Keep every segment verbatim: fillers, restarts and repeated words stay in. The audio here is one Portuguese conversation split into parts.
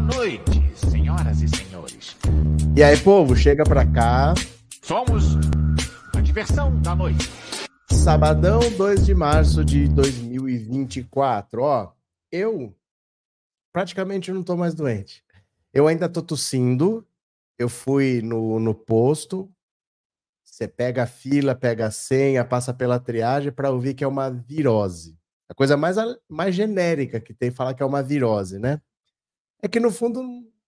noite, senhoras e senhores. E aí, povo, chega pra cá. Somos a diversão da noite. Sabadão, dois de março de dois mil e vinte e quatro. Ó, eu praticamente não tô mais doente. Eu ainda tô tossindo. Eu fui no, no posto. Você pega a fila, pega a senha, passa pela triagem para ouvir que é uma virose. A coisa mais, mais genérica que tem falar que é uma virose, né? É que no fundo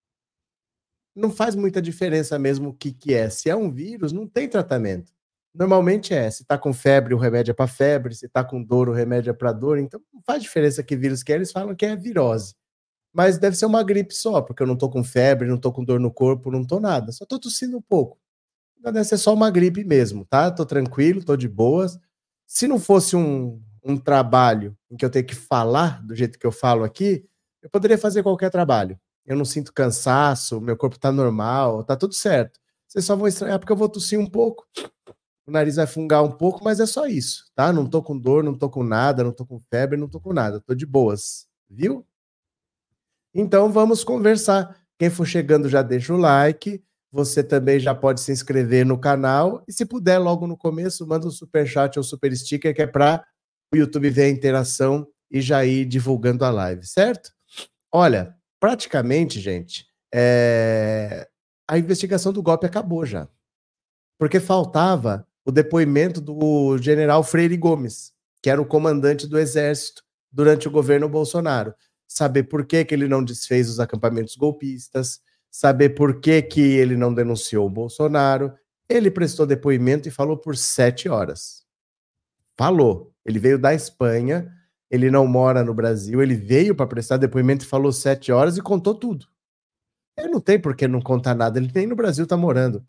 não faz muita diferença mesmo o que, que é. Se é um vírus, não tem tratamento. Normalmente é, se tá com febre, o remédio é para febre, se tá com dor, o remédio é para dor, então não faz diferença que vírus que é, eles falam que é virose. Mas deve ser uma gripe só, porque eu não tô com febre, não tô com dor no corpo, não tô nada, só tô tossindo um pouco. Então deve ser só uma gripe mesmo, tá? Tô tranquilo, tô de boas. Se não fosse um, um trabalho em que eu tenho que falar do jeito que eu falo aqui, eu poderia fazer qualquer trabalho. Eu não sinto cansaço, meu corpo tá normal, tá tudo certo. Vocês só vão estranhar porque eu vou tossir um pouco, o nariz vai fungar um pouco, mas é só isso, tá? Não tô com dor, não tô com nada, não tô com febre, não tô com nada, tô de boas, viu? Então vamos conversar. Quem for chegando já deixa o like, você também já pode se inscrever no canal e se puder logo no começo, manda um superchat ou super sticker que é para o YouTube ver a interação e já ir divulgando a live, certo? Olha, praticamente, gente, é... a investigação do golpe acabou já. Porque faltava o depoimento do general Freire Gomes, que era o comandante do Exército durante o governo Bolsonaro. Saber por que, que ele não desfez os acampamentos golpistas, saber por que, que ele não denunciou o Bolsonaro. Ele prestou depoimento e falou por sete horas. Falou. Ele veio da Espanha, ele não mora no Brasil, ele veio para prestar depoimento e falou sete horas e contou tudo. Ele não tem por que não contar nada, ele nem no Brasil está morando.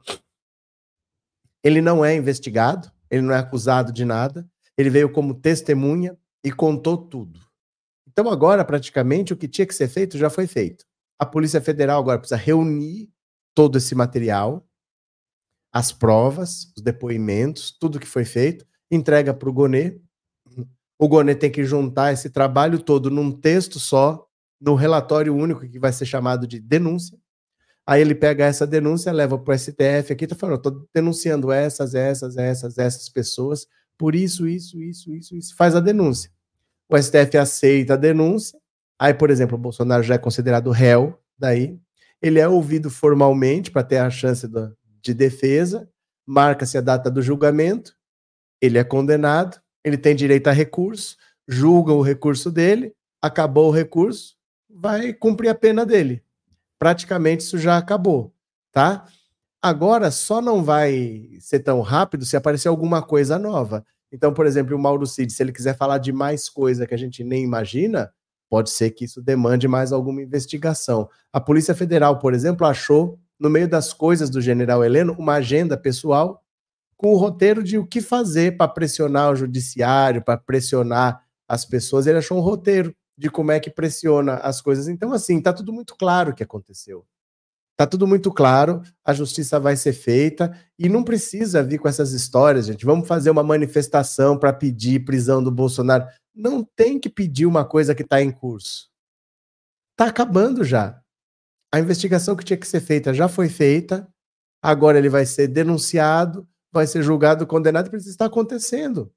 Ele não é investigado, ele não é acusado de nada, ele veio como testemunha e contou tudo. Então agora, praticamente, o que tinha que ser feito já foi feito. A Polícia Federal agora precisa reunir todo esse material, as provas, os depoimentos, tudo que foi feito, entrega para o Gonê. O Gonê tem que juntar esse trabalho todo num texto só, num relatório único que vai ser chamado de denúncia. Aí ele pega essa denúncia, leva para o S T F aqui, tá falando, estou denunciando essas, essas, essas, essas pessoas, por isso, isso, isso, isso, isso, faz a denúncia. O S T F aceita a denúncia, aí, por exemplo, o Bolsonaro já é considerado réu, daí, ele é ouvido formalmente para ter a chance do, de defesa, marca-se a data do julgamento, ele é condenado, ele tem direito a recurso, julga o recurso dele, acabou o recurso, vai cumprir a pena dele. Praticamente isso já acabou, tá? Agora só não vai ser tão rápido se aparecer alguma coisa nova. Então, por exemplo, o Mauro Cid, se ele quiser falar de mais coisa que a gente nem imagina, pode ser que isso demande mais alguma investigação. A Polícia Federal, por exemplo, achou, no meio das coisas do general Heleno, uma agenda pessoal com o roteiro de o que fazer para pressionar o judiciário, para pressionar as pessoas. Ele achou um roteiro de como é que pressiona as coisas. Então, assim, tá tudo muito claro o que aconteceu. Tá tudo muito claro, a justiça vai ser feita e não precisa vir com essas histórias, gente. Vamos fazer uma manifestação para pedir prisão do Bolsonaro. Não tem que pedir uma coisa que está em curso. Tá acabando já. A investigação que tinha que ser feita já foi feita, agora ele vai ser denunciado, vai ser julgado, condenado, e isso está acontecendo.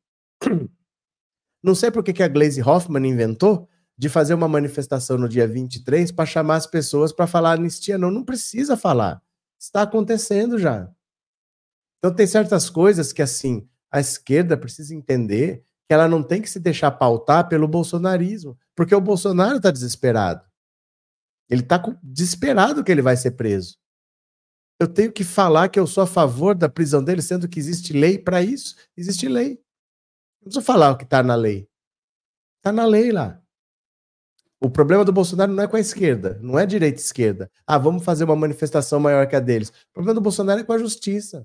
Não sei por que que a Gleisi Hoffmann inventou de fazer uma manifestação no dia vinte e três para chamar as pessoas para falar anistia. Não, não precisa falar. Está acontecendo já. Então tem certas coisas que, assim, a esquerda precisa entender que ela não tem que se deixar pautar pelo bolsonarismo, porque o Bolsonaro está desesperado. Ele está desesperado que ele vai ser preso. Eu tenho que falar que eu sou a favor da prisão dele, sendo que existe lei para isso. Existe lei. Não preciso falar o que está na lei. Está na lei lá. O problema do Bolsonaro não é com a esquerda, não é direita e esquerda. Ah, vamos fazer uma manifestação maior que a deles. O problema do Bolsonaro é com a justiça.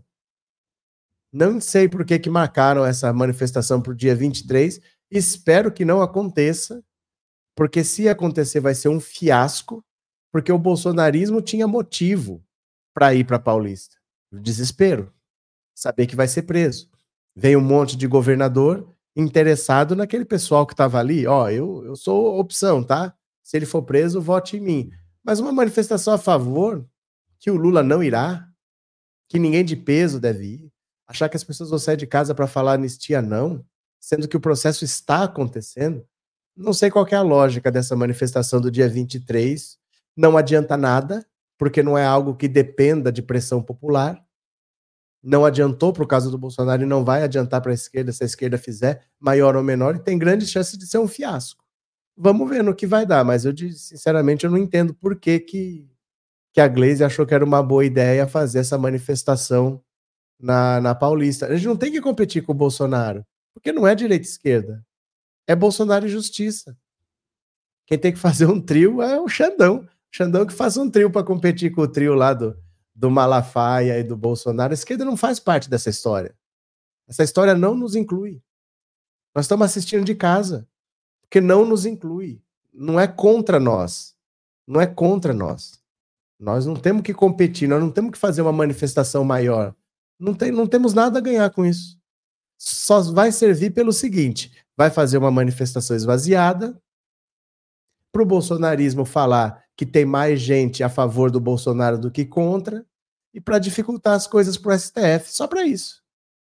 Não sei por que que marcaram essa manifestação para o dia vinte e três. Espero que não aconteça, porque se acontecer vai ser um fiasco, porque o bolsonarismo tinha motivo para ir para Paulista. O desespero. Saber que vai ser preso. Veio um monte de governador interessado naquele pessoal que estava ali. Ó, eu, eu sou opção, tá? Se ele for preso, vote em mim. Mas uma manifestação a favor, que o Lula não irá, que ninguém de peso deve ir, achar que as pessoas vão sair de casa para falar anistia não, sendo que o processo está acontecendo, não sei qual que é a lógica dessa manifestação do dia vinte e três, não adianta nada, porque não é algo que dependa de pressão popular, não adiantou para o caso do Bolsonaro e não vai adiantar para a esquerda se a esquerda fizer, maior ou menor, e tem grande chance de ser um fiasco. Vamos ver no que vai dar, mas eu, sinceramente, eu não entendo por que, que, que a Glaze achou que era uma boa ideia fazer essa manifestação na, na Paulista. A gente não tem que competir com o Bolsonaro, porque não é direita e esquerda, é Bolsonaro e justiça. Quem tem que fazer um trio é o Xandão. O Xandão que faz um trio para competir com o trio lá do, do Malafaia e do Bolsonaro. A esquerda não faz parte dessa história. Essa história não nos inclui. Nós estamos assistindo de casa, porque não nos inclui. Não é contra nós. Não é contra nós. Nós não temos que competir, nós não temos que fazer uma manifestação maior. Não, tem, não temos nada a ganhar com isso. Só vai servir pelo seguinte: vai fazer uma manifestação esvaziada, para o bolsonarismo falar que tem mais gente a favor do Bolsonaro do que contra, e para dificultar as coisas para o S T F, só para isso.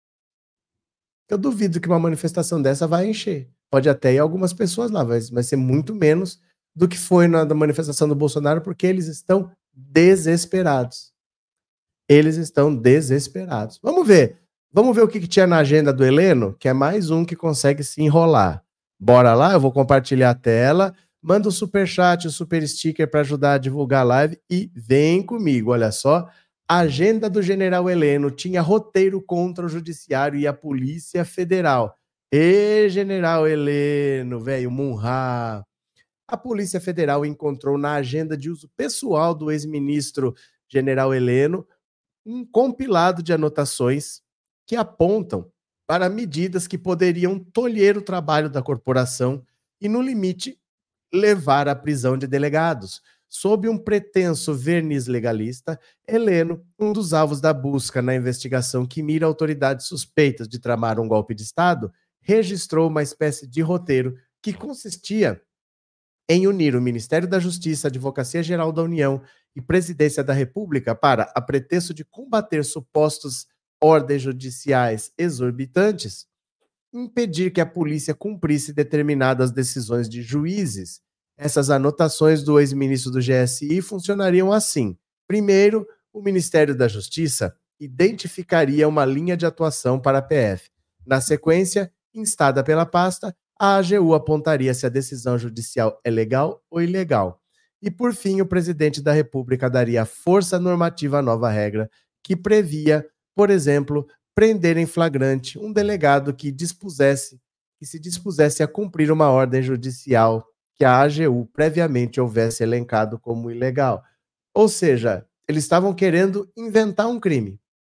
Eu duvido que uma manifestação dessa vai encher. Pode até ir algumas pessoas lá, mas vai ser muito menos do que foi na manifestação do Bolsonaro, porque eles estão desesperados. Eles estão desesperados. Vamos ver. Vamos ver o que, que tinha na agenda do Heleno, que é mais um que consegue se enrolar. Bora lá, eu vou compartilhar a tela. Manda o superchat, o super sticker para ajudar a divulgar a live e vem comigo, olha só. A agenda do general Heleno tinha roteiro contra o judiciário e a Polícia Federal. Ê, general Heleno, velho, Munha. A Polícia Federal encontrou na agenda de uso pessoal do ex-ministro general Heleno um compilado de anotações que apontam para medidas que poderiam tolher o trabalho da corporação e, no limite, levar à prisão de delegados. Sob um pretenso verniz legalista, Heleno, um dos alvos da busca na investigação que mira autoridades suspeitas de tramar um golpe de Estado, registrou uma espécie de roteiro que consistia em unir o Ministério da Justiça, a Advocacia Geral da União e Presidência da República para, a pretexto de combater supostos ordens judiciais exorbitantes, impedir que a polícia cumprisse determinadas decisões de juízes. Essas anotações do ex-ministro do G S I funcionariam assim. Primeiro, o Ministério da Justiça identificaria uma linha de atuação para a P F. Na sequência, instada pela pasta, a A G U apontaria se a decisão judicial é legal ou ilegal. E, por fim, o presidente da República daria força normativa à nova regra, que previa, por exemplo, prender em flagrante um delegado que dispusesse, que se dispusesse a cumprir uma ordem judicial que a A G U previamente houvesse elencado como ilegal. Ou seja, eles estavam querendo inventar um crime.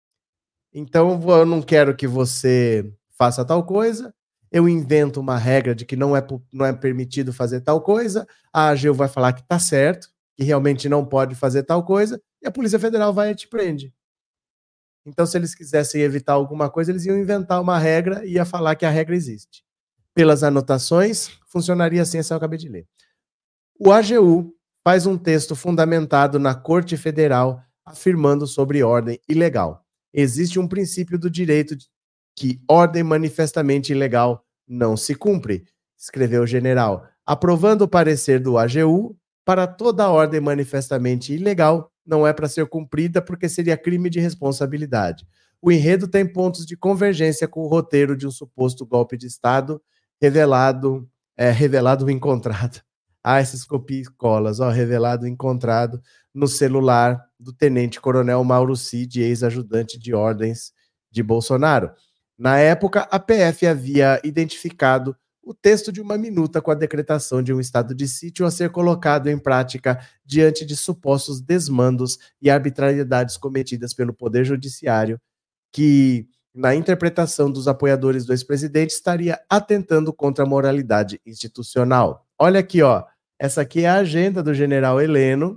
Então, eu não quero que você faça tal coisa, eu invento uma regra de que não é, não é permitido fazer tal coisa, a A G U vai falar que está certo, que realmente não pode fazer tal coisa, e a Polícia Federal vai e te prende. Então, se eles quisessem evitar alguma coisa, eles iam inventar uma regra e ia falar que a regra existe. Pelas anotações, funcionaria assim, essa eu acabei de ler. O A G U faz um texto fundamentado na Corte Federal afirmando sobre ordem ilegal. Existe um princípio do direito de que ordem manifestamente ilegal não se cumpre, escreveu o general, aprovando o parecer do A G U para toda ordem manifestamente ilegal não é para ser cumprida porque seria crime de responsabilidade. O enredo tem pontos de convergência com o roteiro de um suposto golpe de Estado revelado, é, revelado encontrado. Ah, esses copias e colas, ó, revelado encontrado no celular do tenente-coronel Mauro Cid, ex-ajudante de ordens de Bolsonaro. Na época, a P F havia identificado o texto de uma minuta com a decretação de um estado de sítio a ser colocado em prática diante de supostos desmandos e arbitrariedades cometidas pelo Poder Judiciário, que, na interpretação dos apoiadores do ex-presidente, estaria atentando contra a moralidade institucional. Olha aqui, ó. Essa aqui é a agenda do general Heleno,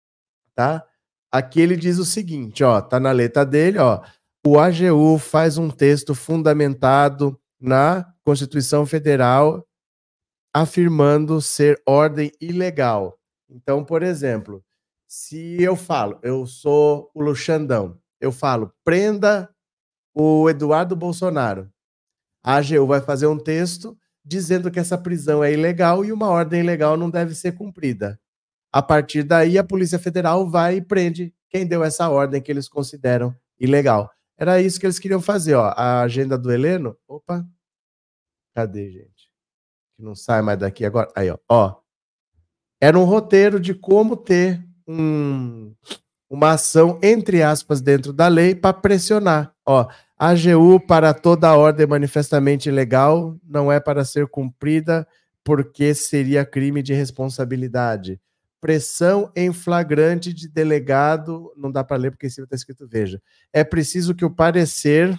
tá? Aqui ele diz o seguinte, ó, tá na letra dele, ó. O A G U faz um texto fundamentado na Constituição Federal afirmando ser ordem ilegal. Então, por exemplo, Se eu falo, eu sou o Luxandão, eu falo, prenda o Eduardo Bolsonaro. A AGU vai fazer um texto dizendo que essa prisão é ilegal e uma ordem ilegal não deve ser cumprida. A partir daí, a Polícia Federal vai e prende quem deu essa ordem que eles consideram ilegal. Era isso que eles queriam fazer, ó. A agenda do Heleno. Opa. Cadê, gente? Que não sai mais daqui agora. Aí, ó. ó. Era um roteiro de como ter um, uma ação, entre aspas, dentro da lei para pressionar. Ó, a AGU para toda ordem manifestamente ilegal não é para ser cumprida porque seria crime de responsabilidade. Pressão em flagrante de delegado, não dá para ler porque em cima está escrito, veja. É preciso que o parecer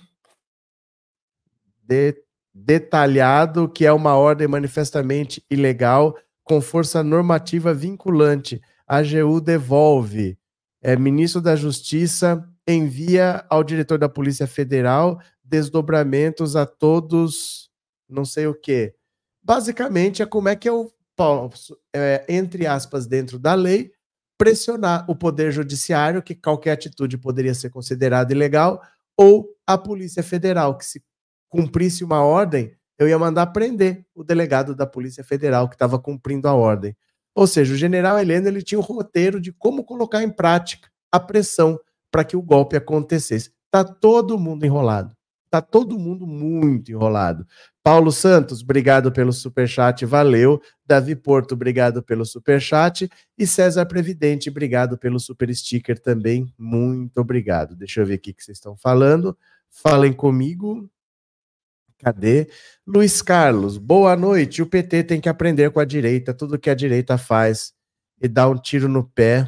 de, detalhado que é uma ordem manifestamente ilegal com força normativa vinculante. A AGU devolve. É, ministro da Justiça envia ao diretor da Polícia Federal desdobramentos a todos, não sei o quê. Basicamente, é como é que eu posso, é, entre aspas, dentro da lei, pressionar o Poder Judiciário, que qualquer atitude poderia ser considerada ilegal, ou a Polícia Federal, que se cumprisse uma ordem, eu ia mandar prender o delegado da Polícia Federal que estava cumprindo a ordem. Ou seja, o general Heleno ele tinha um roteiro de como colocar em prática a pressão para que o golpe acontecesse. Está todo mundo enrolado. Está todo mundo muito enrolado. Paulo Santos, obrigado pelo superchat, valeu. Davi Porto, obrigado pelo superchat. E César Previdente, obrigado pelo super sticker também. Muito obrigado. Deixa eu ver aqui o que vocês estão falando. Falem comigo. Cadê? Luiz Carlos, boa noite. O P T tem que aprender com a direita, tudo que a direita faz e dá um tiro no pé.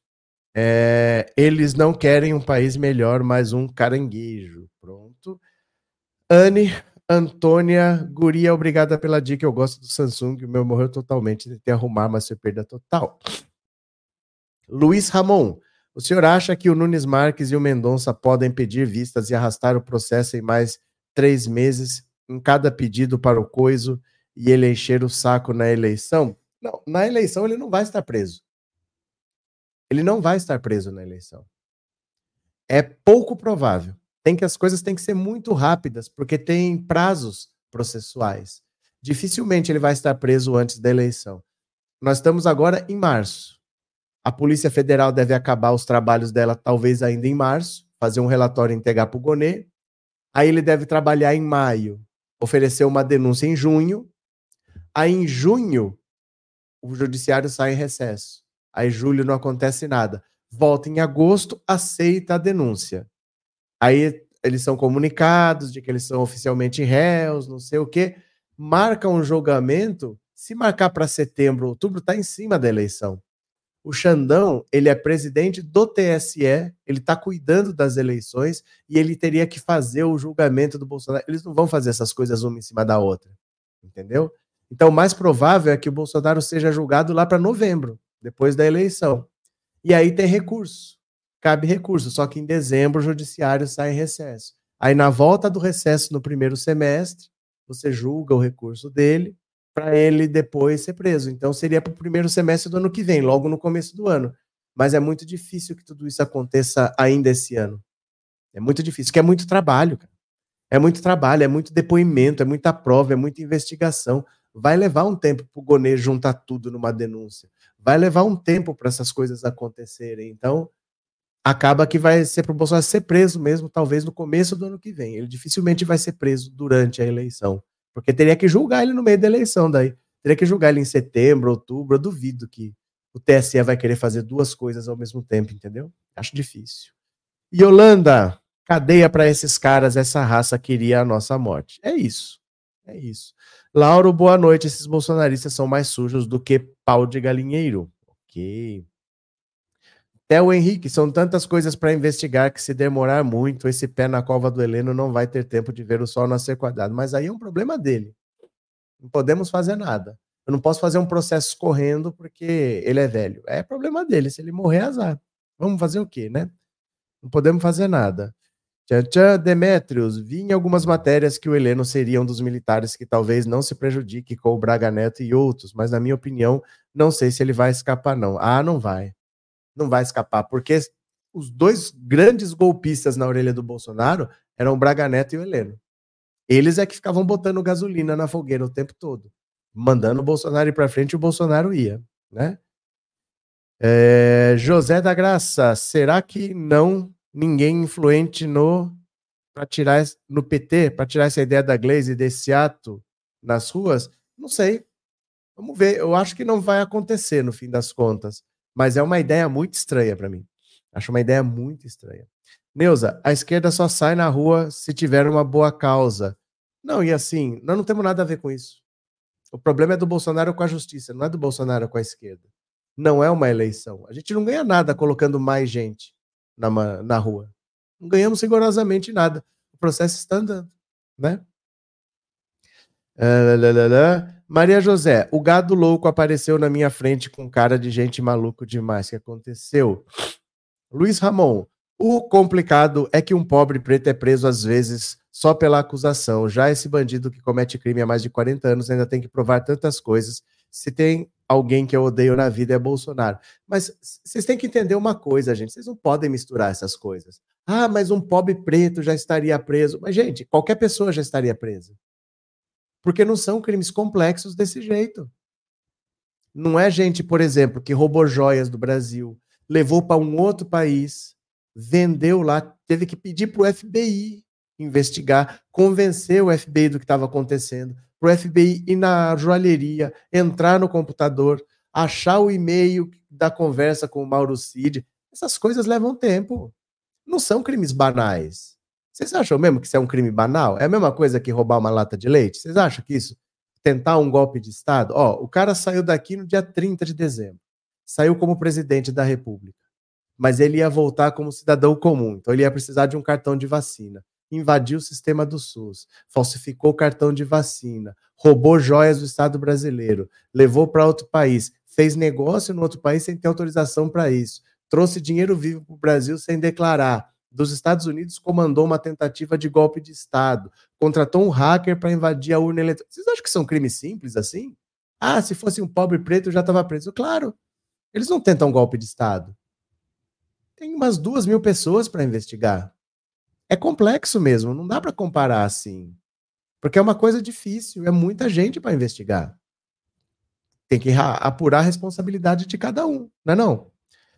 É, eles não querem um país melhor, mas um caranguejo. Pronto. Anne, Antônia, Guria, obrigada pela dica. Eu gosto do Samsung, o meu morreu totalmente. Tentei arrumar, mas foi perda total. Luiz Ramon, o senhor acha que o Nunes Marques e o Mendonça podem pedir vistas e arrastar o processo em mais três meses em cada pedido para o coiso e ele encher o saco na eleição? Não, na eleição ele não vai estar preso. Ele não vai estar preso na eleição. É pouco provável. Tem que as coisas têm que ser muito rápidas, porque tem prazos processuais. Dificilmente ele vai estar preso antes da eleição. Nós estamos agora em março. A Polícia Federal deve acabar os trabalhos dela talvez ainda em março, fazer um relatório e entregar para o Gonê. Aí ele deve trabalhar em maio, oferecer uma denúncia em junho. Aí em junho, o judiciário sai em recesso. Aí julho não acontece nada. Volta em agosto, aceita a denúncia. Aí eles são comunicados de que eles são oficialmente réus, não sei o quê. Marca um julgamento. Se marcar para setembro, outubro, está em cima da eleição. O Xandão, ele é presidente do T S E, ele está cuidando das eleições e ele teria que fazer o julgamento do Bolsonaro. Eles não vão fazer essas coisas uma em cima da outra, entendeu? Então, o mais provável é que o Bolsonaro seja julgado lá para novembro, depois da eleição. E aí tem recurso, cabe recurso, só que em dezembro o judiciário sai em recesso. Aí na volta do recesso no primeiro semestre, você julga o recurso dele, para ele depois ser preso. Então seria para o primeiro semestre do ano que vem, logo no começo do ano. Mas é muito difícil que tudo isso aconteça ainda esse ano. É muito difícil, porque é muito trabalho, cara. É muito trabalho, é muito depoimento, é muita prova, é muita investigação. Vai levar um tempo para o Gonê juntar tudo numa denúncia. Vai levar um tempo para essas coisas acontecerem. Então, acaba que vai ser para o Bolsonaro ser preso mesmo, talvez no começo do ano que vem. Ele dificilmente vai ser preso durante a eleição. Porque teria que julgar ele no meio da eleição daí. Teria que julgar ele em setembro, outubro. Eu duvido que o T S E vai querer fazer duas coisas ao mesmo tempo, entendeu? Acho difícil. Yolanda, cadeia para esses caras, essa raça queria a nossa morte. É isso. É isso. Lauro, boa noite. Esses bolsonaristas são mais sujos do que pau de galinheiro. Ok. Theo Henrique, são tantas coisas para investigar que se demorar muito, esse pé na cova do Heleno não vai ter tempo de ver o sol nascer quadrado. Mas aí é um problema dele. Não podemos fazer nada. Eu não posso fazer um processo correndo porque ele é velho. É problema dele. Se ele morrer, azar. Vamos fazer o quê, né? Não podemos fazer nada. Tchan, tchan, Demétrios, vi em algumas matérias que o Heleno seria um dos militares que talvez não se prejudique com o Braga Neto e outros, mas na minha opinião, não sei se ele vai escapar não. Ah, não vai. não vai escapar, porque os dois grandes golpistas na orelha do Bolsonaro eram o Braga Neto e o Heleno. Eles é que ficavam botando gasolina na fogueira o tempo todo, mandando o Bolsonaro ir para frente e o Bolsonaro ia, né? É, José da Graça, será que não ninguém influente no para tirar no P T, para tirar essa ideia da Glaze desse ato nas ruas? Não sei. Vamos ver. Eu acho que não vai acontecer no fim das contas, mas é uma ideia muito estranha para mim. Acho uma ideia muito estranha. Neuza, a esquerda só sai na rua se tiver uma boa causa. Não, e assim, nós não temos nada a ver com isso. O problema é do Bolsonaro com a justiça, não é do Bolsonaro com a esquerda. Não é uma eleição. A gente não ganha nada colocando mais gente na, na rua. Não ganhamos rigorosamente nada. O processo está andando, né? Uh, lá, lá, lá. Maria José, o gado louco apareceu na minha frente com cara de gente maluco demais. O que aconteceu? Luiz Ramon, o complicado é que um pobre preto é preso às vezes só pela acusação. Já esse bandido que comete crime há mais de quarenta anos ainda tem que provar tantas coisas. Se tem alguém que eu odeio na vida é Bolsonaro. Mas vocês têm que entender uma coisa, gente. Vocês não podem misturar essas coisas. Ah, mas um pobre preto já estaria preso. Mas, gente, qualquer pessoa já estaria presa. Porque não são crimes complexos desse jeito. Não é gente, por exemplo, que roubou joias do Brasil, levou para um outro país, vendeu lá, teve que pedir para o F B I investigar, convencer o F B I do que estava acontecendo, para o F B I ir na joalheria, entrar no computador, achar o e-mail da conversa com o Mauro Cid. Essas coisas levam tempo. Não são crimes banais. Vocês acham mesmo que isso é um crime banal? É a mesma coisa que roubar uma lata de leite? Vocês acham que isso, tentar um golpe de Estado? Ó, o cara saiu daqui no dia trinta de dezembro. Saiu como presidente da República. Mas ele ia voltar como cidadão comum. Então ele ia precisar de um cartão de vacina. Invadiu o sistema do SUS. Falsificou o cartão de vacina. Roubou joias do Estado brasileiro. Levou para outro país. Fez negócio no outro país sem ter autorização para isso. Trouxe dinheiro vivo para o Brasil sem declarar. Dos Estados Unidos comandou uma tentativa de golpe de Estado, contratou um hacker para invadir a urna eletrônica. Vocês acham que são crimes simples assim? Ah, se fosse um pobre preto já estava preso. Claro, eles não tentam golpe de Estado. Tem umas duas mil pessoas para investigar. É complexo mesmo, não dá para comparar assim. Porque é uma coisa difícil, é muita gente para investigar. Tem que apurar a responsabilidade de cada um, não é não?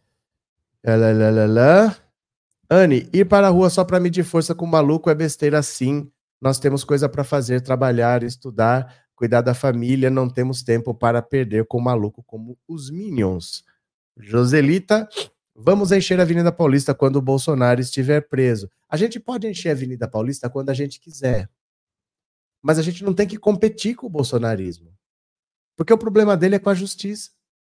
Lá, lá, lá, lá. Anne, ir para a rua só para medir força com o maluco é besteira sim. Nós temos coisa para fazer, trabalhar, estudar, cuidar da família, não temos tempo para perder com o maluco como os Minions. Joselita, vamos encher a Avenida Paulista quando o Bolsonaro estiver preso. A gente pode encher a Avenida Paulista quando a gente quiser. Mas a gente não tem que competir com o bolsonarismo. Porque o problema dele é com a justiça.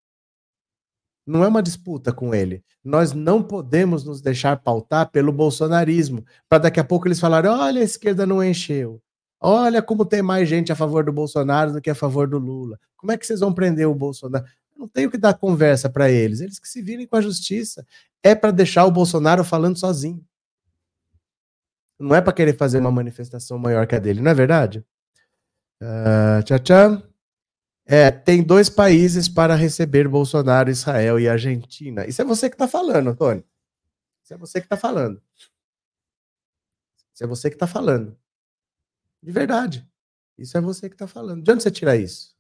Não é uma disputa com ele. Nós não podemos nos deixar pautar pelo bolsonarismo, para daqui a pouco eles falarem, olha, a esquerda não encheu. Olha como tem mais gente a favor do Bolsonaro do que a favor do Lula. Como é que vocês vão prender o Bolsonaro? Eu não tenho que dar conversa para eles. Eles que se virem com a justiça. É para deixar o Bolsonaro falando sozinho. Não é para querer fazer uma manifestação maior que a dele, não é verdade? Uh, tchau, tchau. É, tem dois países para receber Bolsonaro, Israel e Argentina. Isso é você que está falando, Antônio. Isso é você que está falando. Isso é você que está falando. De verdade. Isso é você que está falando. De onde você tira isso?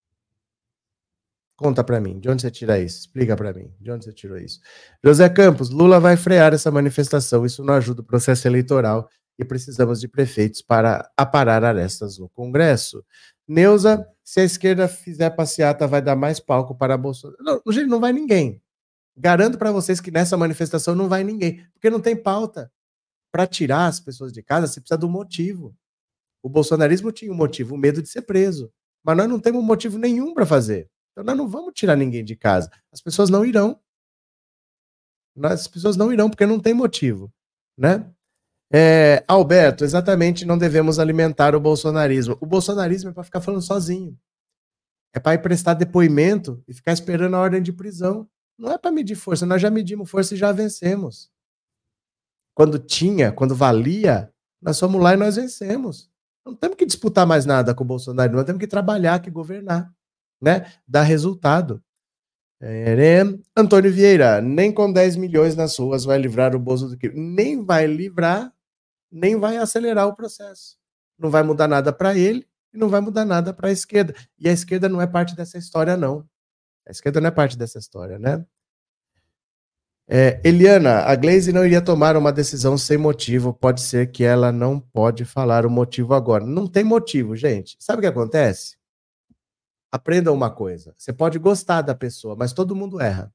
Conta para mim. De onde você tira isso? Explica para mim. De onde você tirou isso? José Campos, Lula vai frear essa manifestação. Isso não ajuda o processo eleitoral e precisamos de prefeitos para aparar arestas no Congresso. Neuza, se a esquerda fizer passeata, vai dar mais palco para Bolsonaro. Não, gente, não vai ninguém. Garanto para vocês que nessa manifestação não vai ninguém, porque não tem pauta. Para tirar as pessoas de casa, você precisa de um motivo. O bolsonarismo tinha um motivo, o medo de ser preso. Mas nós não temos motivo nenhum para fazer. Então nós não vamos tirar ninguém de casa. As pessoas não irão. As pessoas não irão porque não tem motivo, né? É, Alberto, exatamente, não devemos alimentar o bolsonarismo. O bolsonarismo é para ficar falando sozinho. É para ir prestar depoimento e ficar esperando a ordem de prisão. Não é para medir força, nós já medimos força e já vencemos. Quando tinha, quando valia, nós fomos lá e nós vencemos. Não temos que disputar mais nada com o Bolsonaro, nós temos que trabalhar, que governar, né? Dar resultado. Antônio Vieira, nem com dez milhões nas ruas vai livrar o Bozo do crime. Nem vai livrar, nem vai acelerar o processo. Não vai mudar nada para ele e não vai mudar nada para a esquerda. E a esquerda não é parte dessa história, não. A esquerda não é parte dessa história, né? É, Eliana, a Glaze não iria tomar uma decisão sem motivo. Pode ser que ela não pode falar o motivo agora. Não tem motivo, gente. Sabe o que acontece? Aprenda uma coisa. Você pode gostar da pessoa, mas todo mundo erra.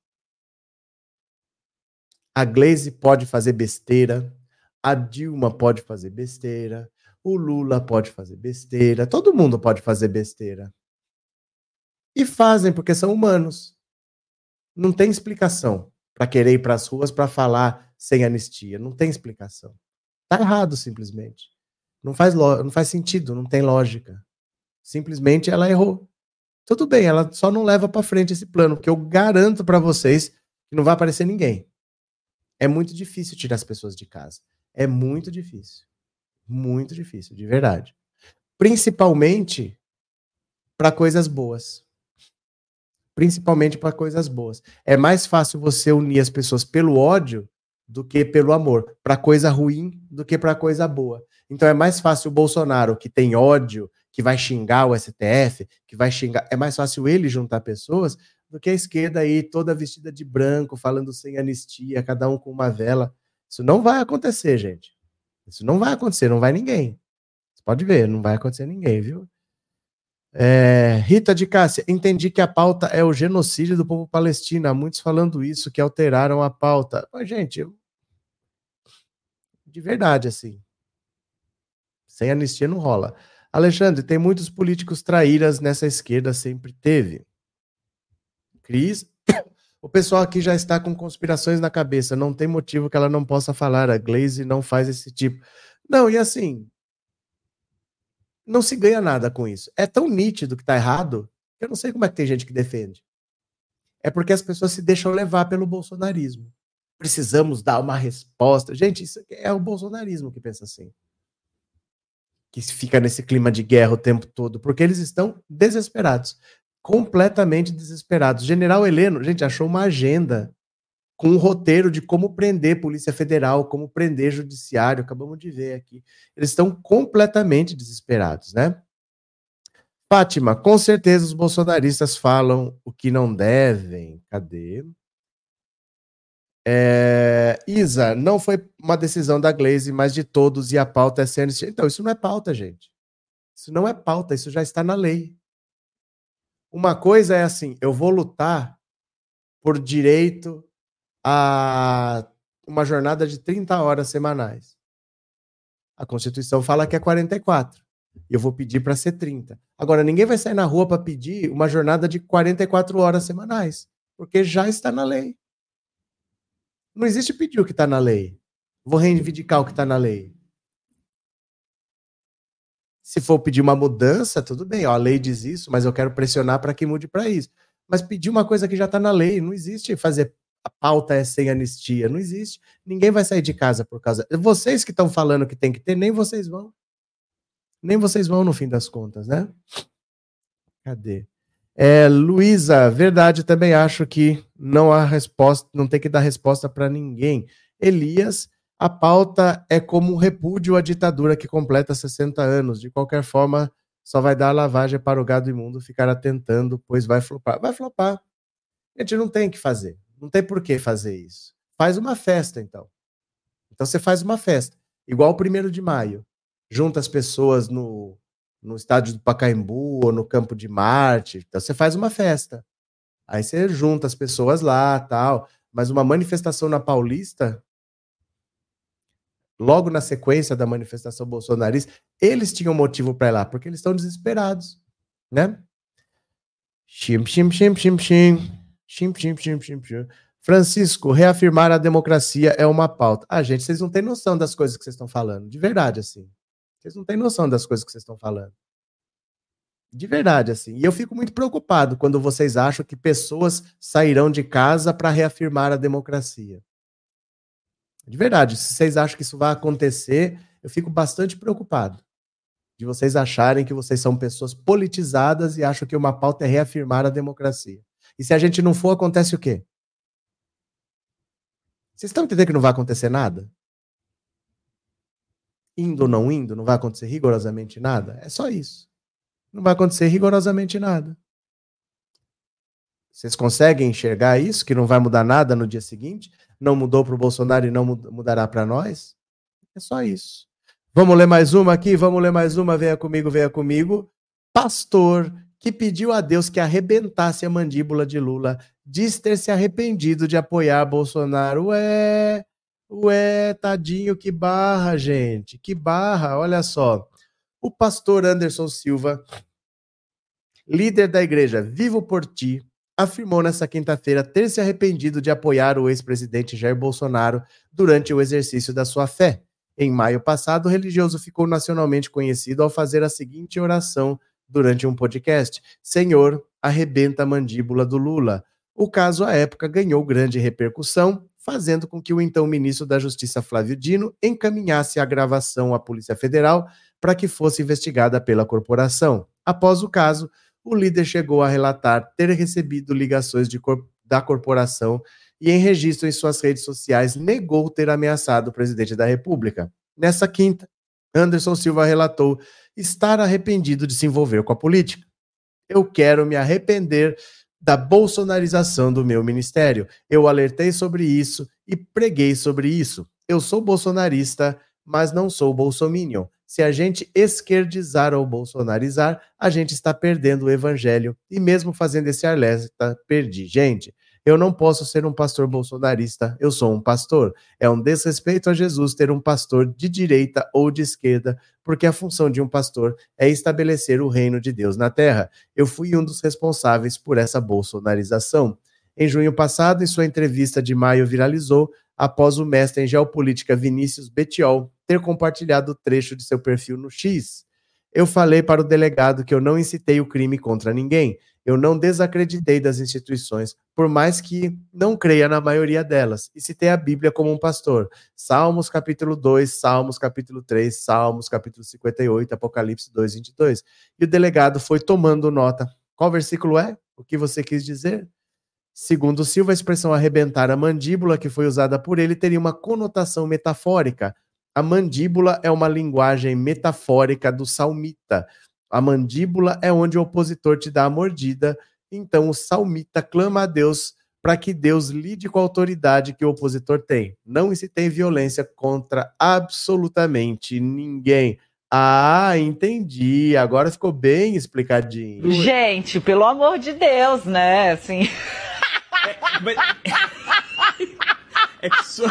A Glaze pode fazer besteira, a Dilma pode fazer besteira, o Lula pode fazer besteira, todo mundo pode fazer besteira. E fazem porque são humanos. Não tem explicação para querer ir para as ruas para falar sem anistia. Não tem explicação. Tá errado, simplesmente. Não faz, lo... não faz sentido, não tem lógica. Simplesmente ela errou. Tudo bem, ela só não leva para frente esse plano, porque eu garanto para vocês que não vai aparecer ninguém. É muito difícil tirar as pessoas de casa. É muito difícil. Muito difícil, de verdade. Principalmente para coisas boas. Principalmente para coisas boas. É mais fácil você unir as pessoas pelo ódio do que pelo amor. Para coisa ruim do que para coisa boa. Então é mais fácil o Bolsonaro, que tem ódio, que vai xingar o S T F, que vai xingar... É mais fácil ele juntar pessoas do que a esquerda aí, toda vestida de branco, falando sem anistia, cada um com uma vela. Isso não vai acontecer, gente. Isso não vai acontecer, não vai ninguém. Você pode ver, não vai acontecer ninguém, viu? É, Rita de Cássia, entendi que a pauta é o genocídio do povo palestino. Há muitos falando isso, que alteraram a pauta. Mas, gente, eu... de verdade, assim. Sem anistia não rola. Alexandre, tem muitos políticos traíras nessa esquerda, sempre teve. Cris, o pessoal aqui já está com conspirações na cabeça, não tem motivo que ela não possa falar, a Glaze não faz esse tipo. Não, e assim, não se ganha nada com isso. É tão nítido que tá errado, que eu não sei como é que tem gente que defende. É porque as pessoas se deixam levar pelo bolsonarismo. Precisamos dar uma resposta. Gente, isso é o bolsonarismo que pensa assim. Que fica nesse clima de guerra o tempo todo, porque eles estão desesperados. Completamente desesperados. General Heleno, gente, achou uma agenda com um roteiro de como prender Polícia Federal, como prender Judiciário, acabamos de ver aqui. Eles estão completamente desesperados, né? Fátima, com certeza os bolsonaristas falam o que não devem. Cadê? É... Isa, não foi uma decisão da Glaze, mas de todos, e a pauta é ser anistia. Então, isso não é pauta, gente. Isso não é pauta, isso já está na lei. Uma coisa é assim, eu vou lutar por direito a uma jornada de trinta horas semanais. A Constituição fala que é quarenta e quatro. E eu vou pedir para ser trinta. Agora, ninguém vai sair na rua para pedir uma jornada de quarenta e quatro horas semanais, porque já está na lei. Não existe pedir o que está na lei. Vou reivindicar o que está na lei. Se for pedir uma mudança, tudo bem, ó, a lei diz isso, mas eu quero pressionar para que mude para isso. Mas pedir uma coisa que já está na lei, não existe fazer a pauta é sem anistia, não existe. Ninguém vai sair de casa por causa... Vocês que estão falando que tem que ter, nem vocês vão. Nem vocês vão no fim das contas, né? Cadê? É, Luísa, verdade, também acho que não há resposta, não tem que dar resposta para ninguém. Elias, a pauta é como um repúdio à ditadura que completa sessenta anos. De qualquer forma, só vai dar lavagem para o gado imundo ficar atentando, pois vai flopar. Vai flopar. A gente não tem que fazer. Não tem por que fazer isso. Faz uma festa, então. Então você faz uma festa. Igual o primeiro de maio. Junta as pessoas no, no estádio do Pacaembu ou no Campo de Marte. Então você faz uma festa. Aí você junta as pessoas lá, tal. Mas uma manifestação na Paulista, logo na sequência da manifestação bolsonarista, eles tinham motivo para ir lá, porque eles estão desesperados, né? Chim, chim, chim, chim, chim. Chim, chim, chim, chim, chim. Francisco, reafirmar a democracia é uma pauta. Ah, gente, vocês não têm noção das coisas que vocês estão falando. De verdade, assim. Vocês não têm noção das coisas que vocês estão falando. De verdade, assim. E eu fico muito preocupado quando vocês acham que pessoas sairão de casa para reafirmar a democracia. De verdade, se vocês acham que isso vai acontecer, eu fico bastante preocupado de vocês acharem que vocês são pessoas politizadas e acham que uma pauta é reafirmar a democracia. E se a gente não for, acontece o quê? Vocês estão entendendo que não vai acontecer nada? Indo ou não indo, não vai acontecer rigorosamente nada? É só isso. Não vai acontecer rigorosamente nada. Vocês conseguem enxergar isso? Que não vai mudar nada no dia seguinte? Não mudou para o Bolsonaro e não mudará para nós? É só isso. Vamos ler mais uma aqui? Vamos ler mais uma? Venha comigo, venha comigo. Pastor que pediu a Deus que arrebentasse a mandíbula de Lula diz ter se arrependido de apoiar Bolsonaro. Ué, ué, tadinho, que barra, gente. Que barra, olha só. O pastor Anderson Silva, líder da igreja Vivo por Ti, afirmou nesta quinta-feira ter se arrependido de apoiar o ex-presidente Jair Bolsonaro durante o exercício da sua fé. Em maio passado, o religioso ficou nacionalmente conhecido ao fazer a seguinte oração durante um podcast: Senhor, arrebenta a mandíbula do Lula. O caso, à época, ganhou grande repercussão, fazendo com que o então ministro da Justiça, Flávio Dino, encaminhasse a gravação à Polícia Federal para que fosse investigada pela corporação. Após o caso, o líder chegou a relatar ter recebido ligações de cor- da corporação e, em registro em suas redes sociais, negou ter ameaçado o presidente da República. Nessa quinta, Anderson Silva relatou estar arrependido de se envolver com a política. Eu quero me arrepender da bolsonarização do meu ministério. Eu alertei sobre isso e preguei sobre isso. Eu sou bolsonarista, mas não sou bolsominion. Se a gente esquerdizar ou bolsonarizar, a gente está perdendo o evangelho. E mesmo fazendo esse alerta, perdi. Gente, eu não posso ser um pastor bolsonarista, eu sou um pastor. É um desrespeito a Jesus ter um pastor de direita ou de esquerda, porque a função de um pastor é estabelecer o reino de Deus na terra. Eu fui um dos responsáveis por essa bolsonarização. Em junho passado, em sua entrevista de maio, viralizou após o mestre em geopolítica Vinícius Betiol ter compartilhado o trecho de seu perfil no X. Eu falei para o delegado que eu não incitei o crime contra ninguém. Eu não desacreditei das instituições, por mais que não creia na maioria delas, e citei a Bíblia como um pastor. Salmos capítulo dois, Salmos capítulo três, Salmos capítulo cinquenta e oito, Apocalipse dois, vinte e dois. E o delegado foi tomando nota. Qual versículo é? O que você quis dizer? Segundo Silva, a expressão arrebentar a mandíbula, que foi usada por ele, teria uma conotação metafórica. A mandíbula é uma linguagem metafórica do salmita. A mandíbula é onde o opositor te dá a mordida, então o salmita clama a Deus para que Deus lide com a autoridade que o opositor tem. Não incitei violência contra absolutamente ninguém. Ah, entendi. Agora ficou bem explicadinho. Gente, pelo amor de Deus, né? Assim... É, mas... é que só...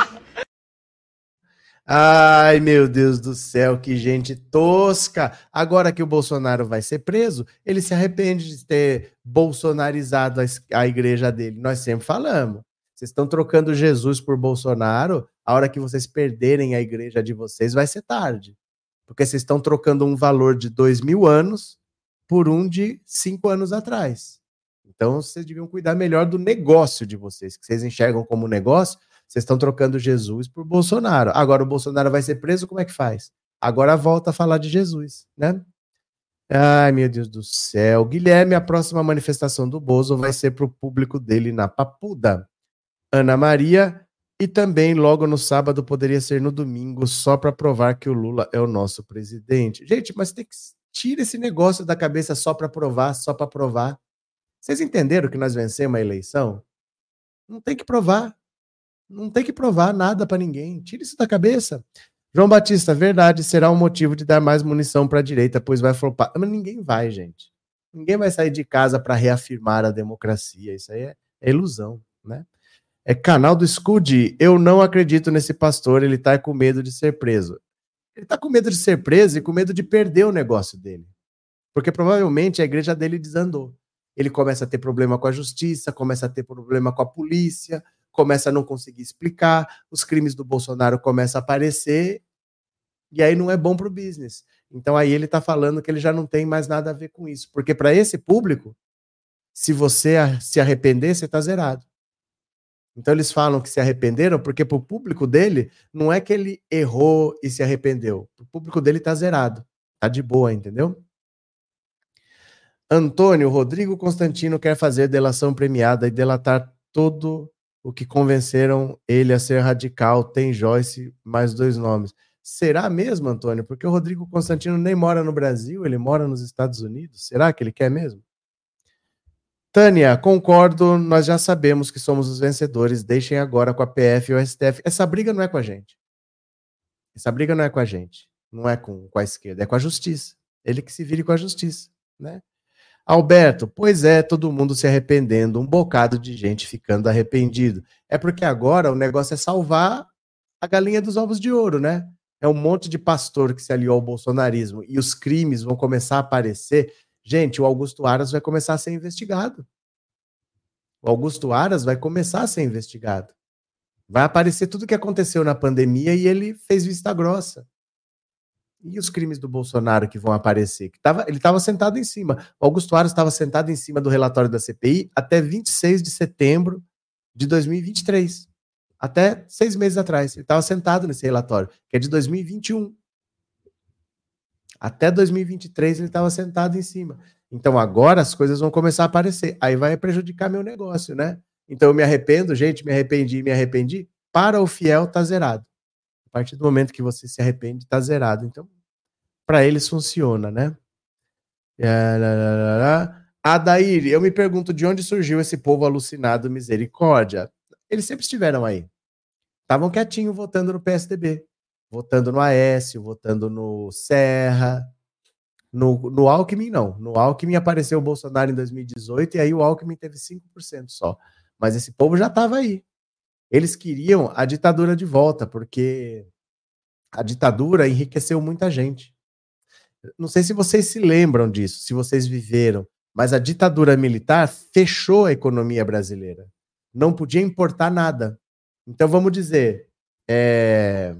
Ai, meu Deus do céu, que gente tosca. Agora que o Bolsonaro vai ser preso, ele se arrepende de ter bolsonarizado a, a igreja dele. Nós sempre falamos. Vocês estão trocando Jesus por Bolsonaro, a hora que vocês perderem a igreja de vocês vai ser tarde. Porque vocês estão trocando um valor de dois mil anos por um de cinco anos atrás. Então, vocês deviam cuidar melhor do negócio de vocês, que vocês enxergam como negócio. Vocês estão trocando Jesus por Bolsonaro. Agora o Bolsonaro vai ser preso, como é que faz? Agora volta a falar de Jesus, né? Ai, meu Deus do céu. Guilherme, a próxima manifestação do Bozo vai ser para o público dele na Papuda. Ana Maria, e também logo no sábado, poderia ser no domingo, só para provar que o Lula é o nosso presidente. Gente, mas tem que tirar esse negócio da cabeça só para provar, só para provar. Vocês entenderam que nós vencemos a eleição? Não tem que provar. Não tem que provar nada para ninguém. Tira isso da cabeça. João Batista, verdade, será um motivo de dar mais munição para a direita, pois vai flopar. Mas ninguém vai, gente. Ninguém vai sair de casa para reafirmar a democracia. Isso aí é, é ilusão, né? É canal do Scud. Eu não acredito nesse pastor, ele tá com medo de ser preso. Ele tá com medo de ser preso e com medo de perder o negócio dele. Porque provavelmente a igreja dele desandou. Ele começa a ter problema com a justiça, começa a ter problema com a polícia, começa a não conseguir explicar, os crimes do Bolsonaro começam a aparecer, e aí não é bom para o business. Então aí ele está falando que ele já não tem mais nada a ver com isso, porque para esse público, se você se arrepender, você está zerado. Então eles falam que se arrependeram, porque para o público dele, não é que ele errou e se arrependeu, o público dele está zerado, está de boa, entendeu? Antônio, Rodrigo Constantino quer fazer delação premiada e delatar todo o que convenceram ele a ser radical. Tem Joyce, mais dois nomes. Será mesmo, Antônio? Porque o Rodrigo Constantino nem mora no Brasil, ele mora nos Estados Unidos. Será que ele quer mesmo? Tânia, concordo, nós já sabemos que somos os vencedores. Deixem agora com a P F e o S T F. Essa briga não é com a gente. Essa briga não é com a gente. Não é com, com a esquerda, é com a justiça. Ele que se vire com a justiça, né? Alberto, pois é, todo mundo se arrependendo, um bocado de gente ficando arrependido. É porque agora o negócio é salvar a galinha dos ovos de ouro, né? É um monte de pastor que se aliou ao bolsonarismo e os crimes vão começar a aparecer. Gente, o Augusto Aras vai começar a ser investigado. O Augusto Aras vai começar a ser investigado. Vai aparecer tudo o que aconteceu na pandemia e ele fez vista grossa. E os crimes do Bolsonaro que vão aparecer? Que tava, ele estava sentado em cima. O Augusto Aras estava sentado em cima do relatório da C P I até vinte e seis de setembro de dois mil e vinte e três. Até seis meses atrás. Ele estava sentado nesse relatório, que é de dois mil e vinte e um. Até dois mil e vinte e três ele estava sentado em cima. Então agora as coisas vão começar a aparecer. Aí vai prejudicar meu negócio, né? Então eu me arrependo, gente, me arrependi, me arrependi. Para o fiel tá zerado. A partir do momento que você se arrepende, tá zerado. Então, para eles funciona, né? Adair, eu me pergunto de onde surgiu esse povo alucinado, misericórdia. Eles sempre estiveram aí. Estavam quietinho votando no P S D B, votando no Aécio, votando no Serra. No, no Alckmin, não. No Alckmin apareceu o Bolsonaro em dois mil e dezoito e aí o Alckmin teve cinco por cento só. Mas esse povo já estava aí. Eles queriam a ditadura de volta, porque a ditadura enriqueceu muita gente. Não sei se vocês se lembram disso, se vocês viveram, mas a ditadura militar fechou a economia brasileira. Não podia importar nada. Então, vamos dizer... É...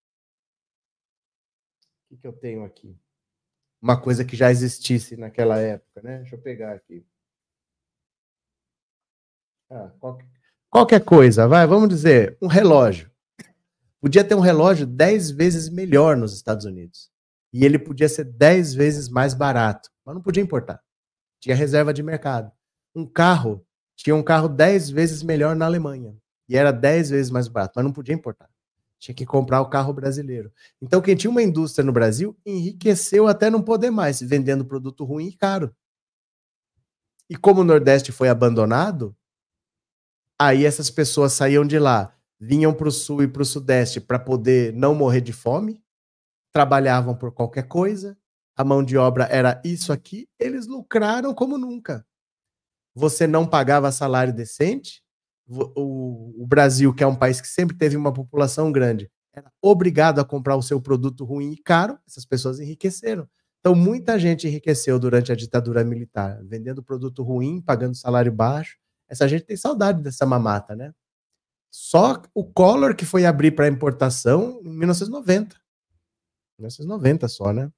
O que, que eu tenho aqui? Uma coisa que já existisse naquela época, né? Deixa eu pegar aqui. Ah, qualquer, qualquer coisa, vai, vamos dizer, um relógio. Podia ter um relógio dez vezes melhor nos Estados Unidos. E ele podia ser dez vezes mais barato, mas não podia importar. Tinha reserva de mercado. Um carro, tinha um carro dez vezes melhor na Alemanha. E era dez vezes mais barato, mas não podia importar. Tinha que comprar o carro brasileiro. Então, quem tinha uma indústria no Brasil enriqueceu até não poder mais, vendendo produto ruim e caro. E como o Nordeste foi abandonado, aí essas pessoas saíam de lá, vinham para o Sul e para o Sudeste para poder não morrer de fome, trabalhavam por qualquer coisa, a mão de obra era isso aqui, eles lucraram como nunca. Você não pagava salário decente, o, o Brasil, que é um país que sempre teve uma população grande, era obrigado a comprar o seu produto ruim e caro, essas pessoas enriqueceram. Então, muita gente enriqueceu durante a ditadura militar, vendendo produto ruim, pagando salário baixo. Essa gente tem saudade dessa mamata, né? Só o Collor que foi abrir para importação em mil novecentos e noventa. mil novecentos e noventa só, né?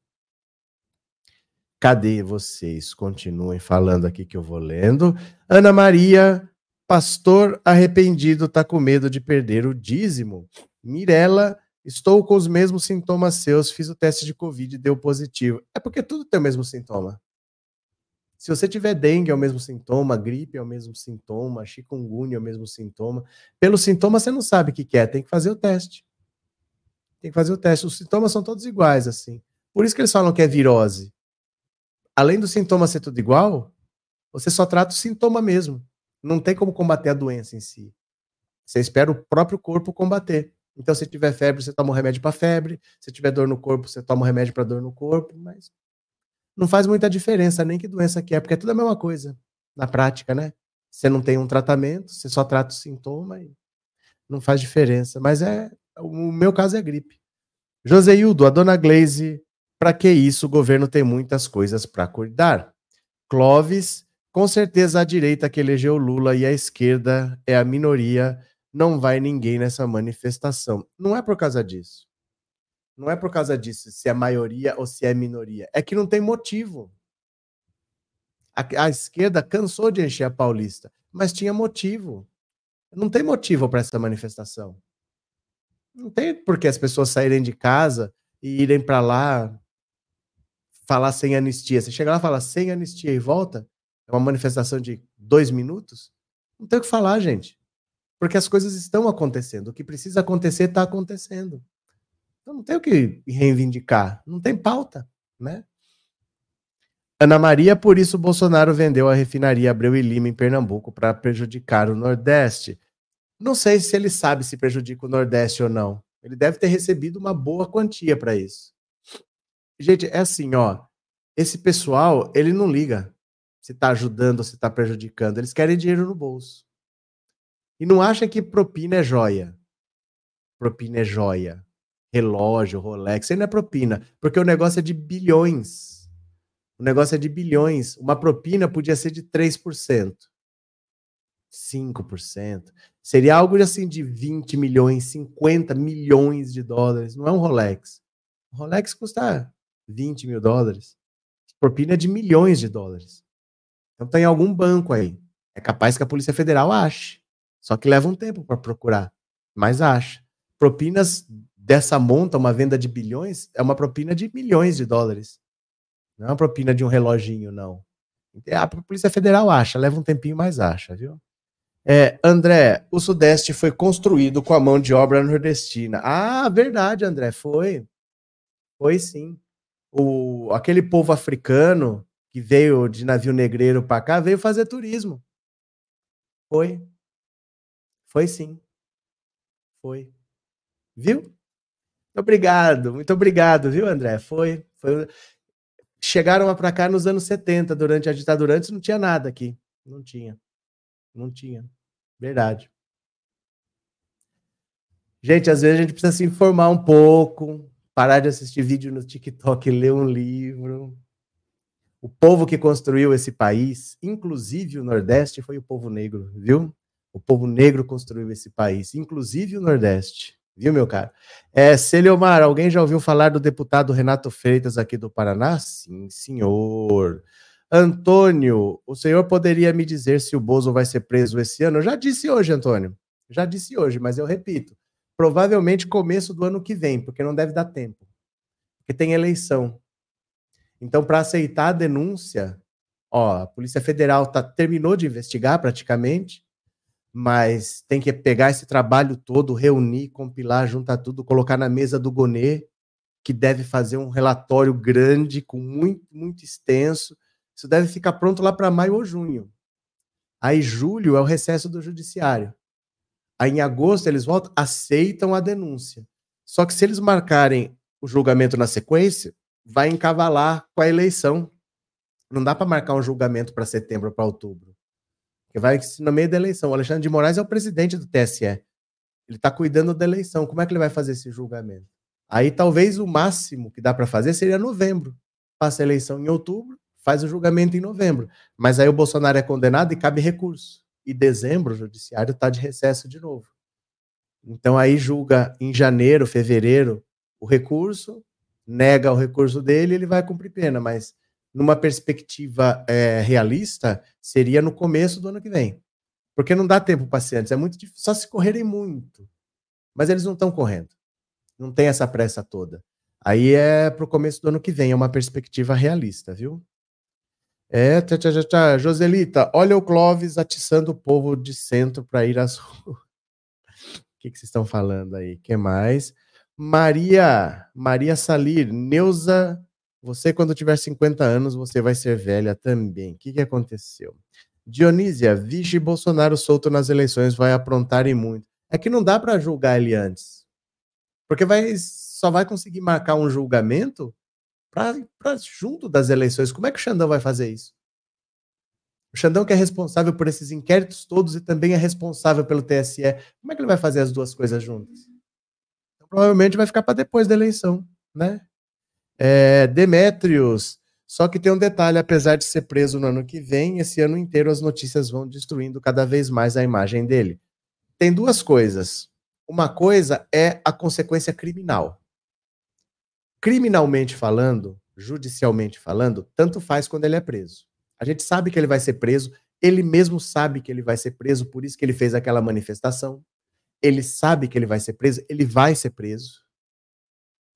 Cadê vocês? Continuem falando aqui que eu vou lendo. Ana Maria, pastor arrependido tá com medo de perder o dízimo. Mirela, estou com os mesmos sintomas seus, fiz o teste de Covid e deu positivo. É porque tudo tem o mesmo sintoma. Se você tiver dengue é o mesmo sintoma, gripe é o mesmo sintoma, chikungunya é o mesmo sintoma. Pelo sintoma você não sabe o que é, tem que fazer o teste. Tem que fazer o teste. Os sintomas são todos iguais, assim. Por isso que eles falam que é virose. Além do sintoma ser tudo igual, você só trata o sintoma mesmo. Não tem como combater a doença em si. Você espera o próprio corpo combater. Então, se tiver febre, você toma um remédio para febre. Se tiver dor no corpo, você toma um remédio para dor no corpo. Mas não faz muita diferença nem que doença que é, porque é tudo a mesma coisa na prática, né? Você não tem um tratamento, você só trata o sintoma e não faz diferença. Mas é, o meu caso é gripe. Joseildo, a dona Glaze, para que isso? O governo tem muitas coisas para cuidar. Clóvis, com certeza a direita que elegeu Lula e a esquerda é a minoria, não vai ninguém nessa manifestação. Não é por causa disso. Não é por causa disso, se é maioria ou se é minoria. É que não tem motivo. A, a esquerda cansou de encher a Paulista, mas tinha motivo. Não tem motivo para essa manifestação. Não tem por que as pessoas saírem de casa e irem para lá falar sem anistia. Você chega lá e fala sem anistia e volta, é uma manifestação de dois minutos, não tem o que falar, gente. Porque as coisas estão acontecendo. O que precisa acontecer está acontecendo. Então não tem o que reivindicar. Não tem pauta, né? Ana Maria, por isso o Bolsonaro vendeu a refinaria Abreu e Lima em Pernambuco para prejudicar o Nordeste. Não sei se ele sabe se prejudica o Nordeste ou não. Ele deve ter recebido uma boa quantia para isso. Gente, é assim, ó. Esse pessoal, ele não liga se está ajudando ou se está prejudicando. Eles querem dinheiro no bolso. E não acha que propina é joia. Propina é joia. Relógio, Rolex, isso aí não é propina. Porque o negócio é de bilhões. O negócio é de bilhões. Uma propina podia ser de três por cento. cinco por cento. Seria algo assim de vinte milhões, cinquenta milhões de dólares. Não é um Rolex. O Rolex custa vinte mil dólares. Propina é de milhões de dólares. Então tem algum banco aí. É capaz que a Polícia Federal ache. Só que leva um tempo para procurar. Mas acha. Propinas dessa monta, uma venda de bilhões, é uma propina de milhões de dólares. Não é uma propina de um reloginho, não. A Polícia Federal acha, leva um tempinho, mas acha, viu? É, André, o Sudeste foi construído com a mão de obra nordestina. Ah, verdade, André, foi. Foi sim. O, aquele povo africano que veio de navio negreiro para cá, veio fazer turismo. Foi. Foi sim. Foi. Viu? Muito obrigado, muito obrigado, viu, André? Foi. foi. Chegaram para cá nos anos setenta, durante a ditadura. Antes não tinha nada aqui. Não tinha. Não tinha. Verdade. Gente, às vezes a gente precisa se informar um pouco, parar de assistir vídeo no TikTok e ler um livro. O povo que construiu esse país, inclusive o Nordeste, foi o povo negro, viu? O povo negro construiu esse país, inclusive o Nordeste. Viu, meu caro? É, Celiomar, alguém já ouviu falar do deputado Renato Freitas aqui do Paraná? Sim, senhor. Antônio, o senhor poderia me dizer se o Bozo vai ser preso esse ano? Eu já disse hoje, Antônio. Já disse hoje, mas eu repito. Provavelmente começo do ano que vem, porque não deve dar tempo. Porque tem eleição. Então, para aceitar a denúncia, ó, a Polícia Federal tá, terminou de investigar praticamente, mas tem que pegar esse trabalho todo, reunir, compilar, juntar tudo, colocar na mesa do Gonê, que deve fazer um relatório grande, com muito, muito extenso. Isso deve ficar pronto lá para maio ou junho. Aí julho é o recesso do judiciário. Aí em agosto eles voltam, aceitam a denúncia. Só que se eles marcarem o julgamento na sequência, vai encavalar com a eleição. Não dá para marcar um julgamento para setembro ou para outubro. Porque vai no meio da eleição. O Alexandre de Moraes é o presidente do T S E. Ele está cuidando da eleição. Como é que ele vai fazer esse julgamento? Aí talvez o máximo que dá para fazer seria novembro. Passa a eleição em outubro, faz o julgamento em novembro. Mas aí o Bolsonaro é condenado e cabe recurso. E dezembro o judiciário está de recesso de novo. Então aí julga em janeiro, fevereiro o recurso, nega o recurso dele e ele vai cumprir pena. Mas numa perspectiva é, realista, seria no começo do ano que vem. Porque não dá tempo para ser antes. É muito difícil, só se correrem muito. Mas eles não estão correndo. Não tem essa pressa toda. Aí é pro começo do ano que vem, é uma perspectiva realista, viu? É, tchá, tchá, tchá. Joselita, olha o Clóvis atiçando o povo de centro para ir às ruas. O que, que vocês estão falando aí? O que mais? Maria, Maria Salir, Neuza, você quando tiver cinquenta anos, você vai ser velha também. O que, que aconteceu? Dionísia, vixe, Bolsonaro solto nas eleições vai aprontar e muito. É que não dá para julgar ele antes. Porque vai, só vai conseguir marcar um julgamento para junto das eleições. Como é que o Xandão vai fazer isso? O Xandão que é responsável por esses inquéritos todos e também é responsável pelo T S E. Como é que ele vai fazer as duas coisas juntas? Então, provavelmente vai ficar para depois da eleição, né? É, Demétrios, só que tem um detalhe, apesar de ser preso no ano que vem, esse ano inteiro as notícias vão destruindo cada vez mais a imagem dele. Tem duas coisas. Uma coisa é a consequência criminal. Criminalmente falando, judicialmente falando, tanto faz quando ele é preso. A gente sabe que ele vai ser preso, ele mesmo sabe que ele vai ser preso, por isso que ele fez aquela manifestação. Ele sabe que ele vai ser preso, ele vai ser preso.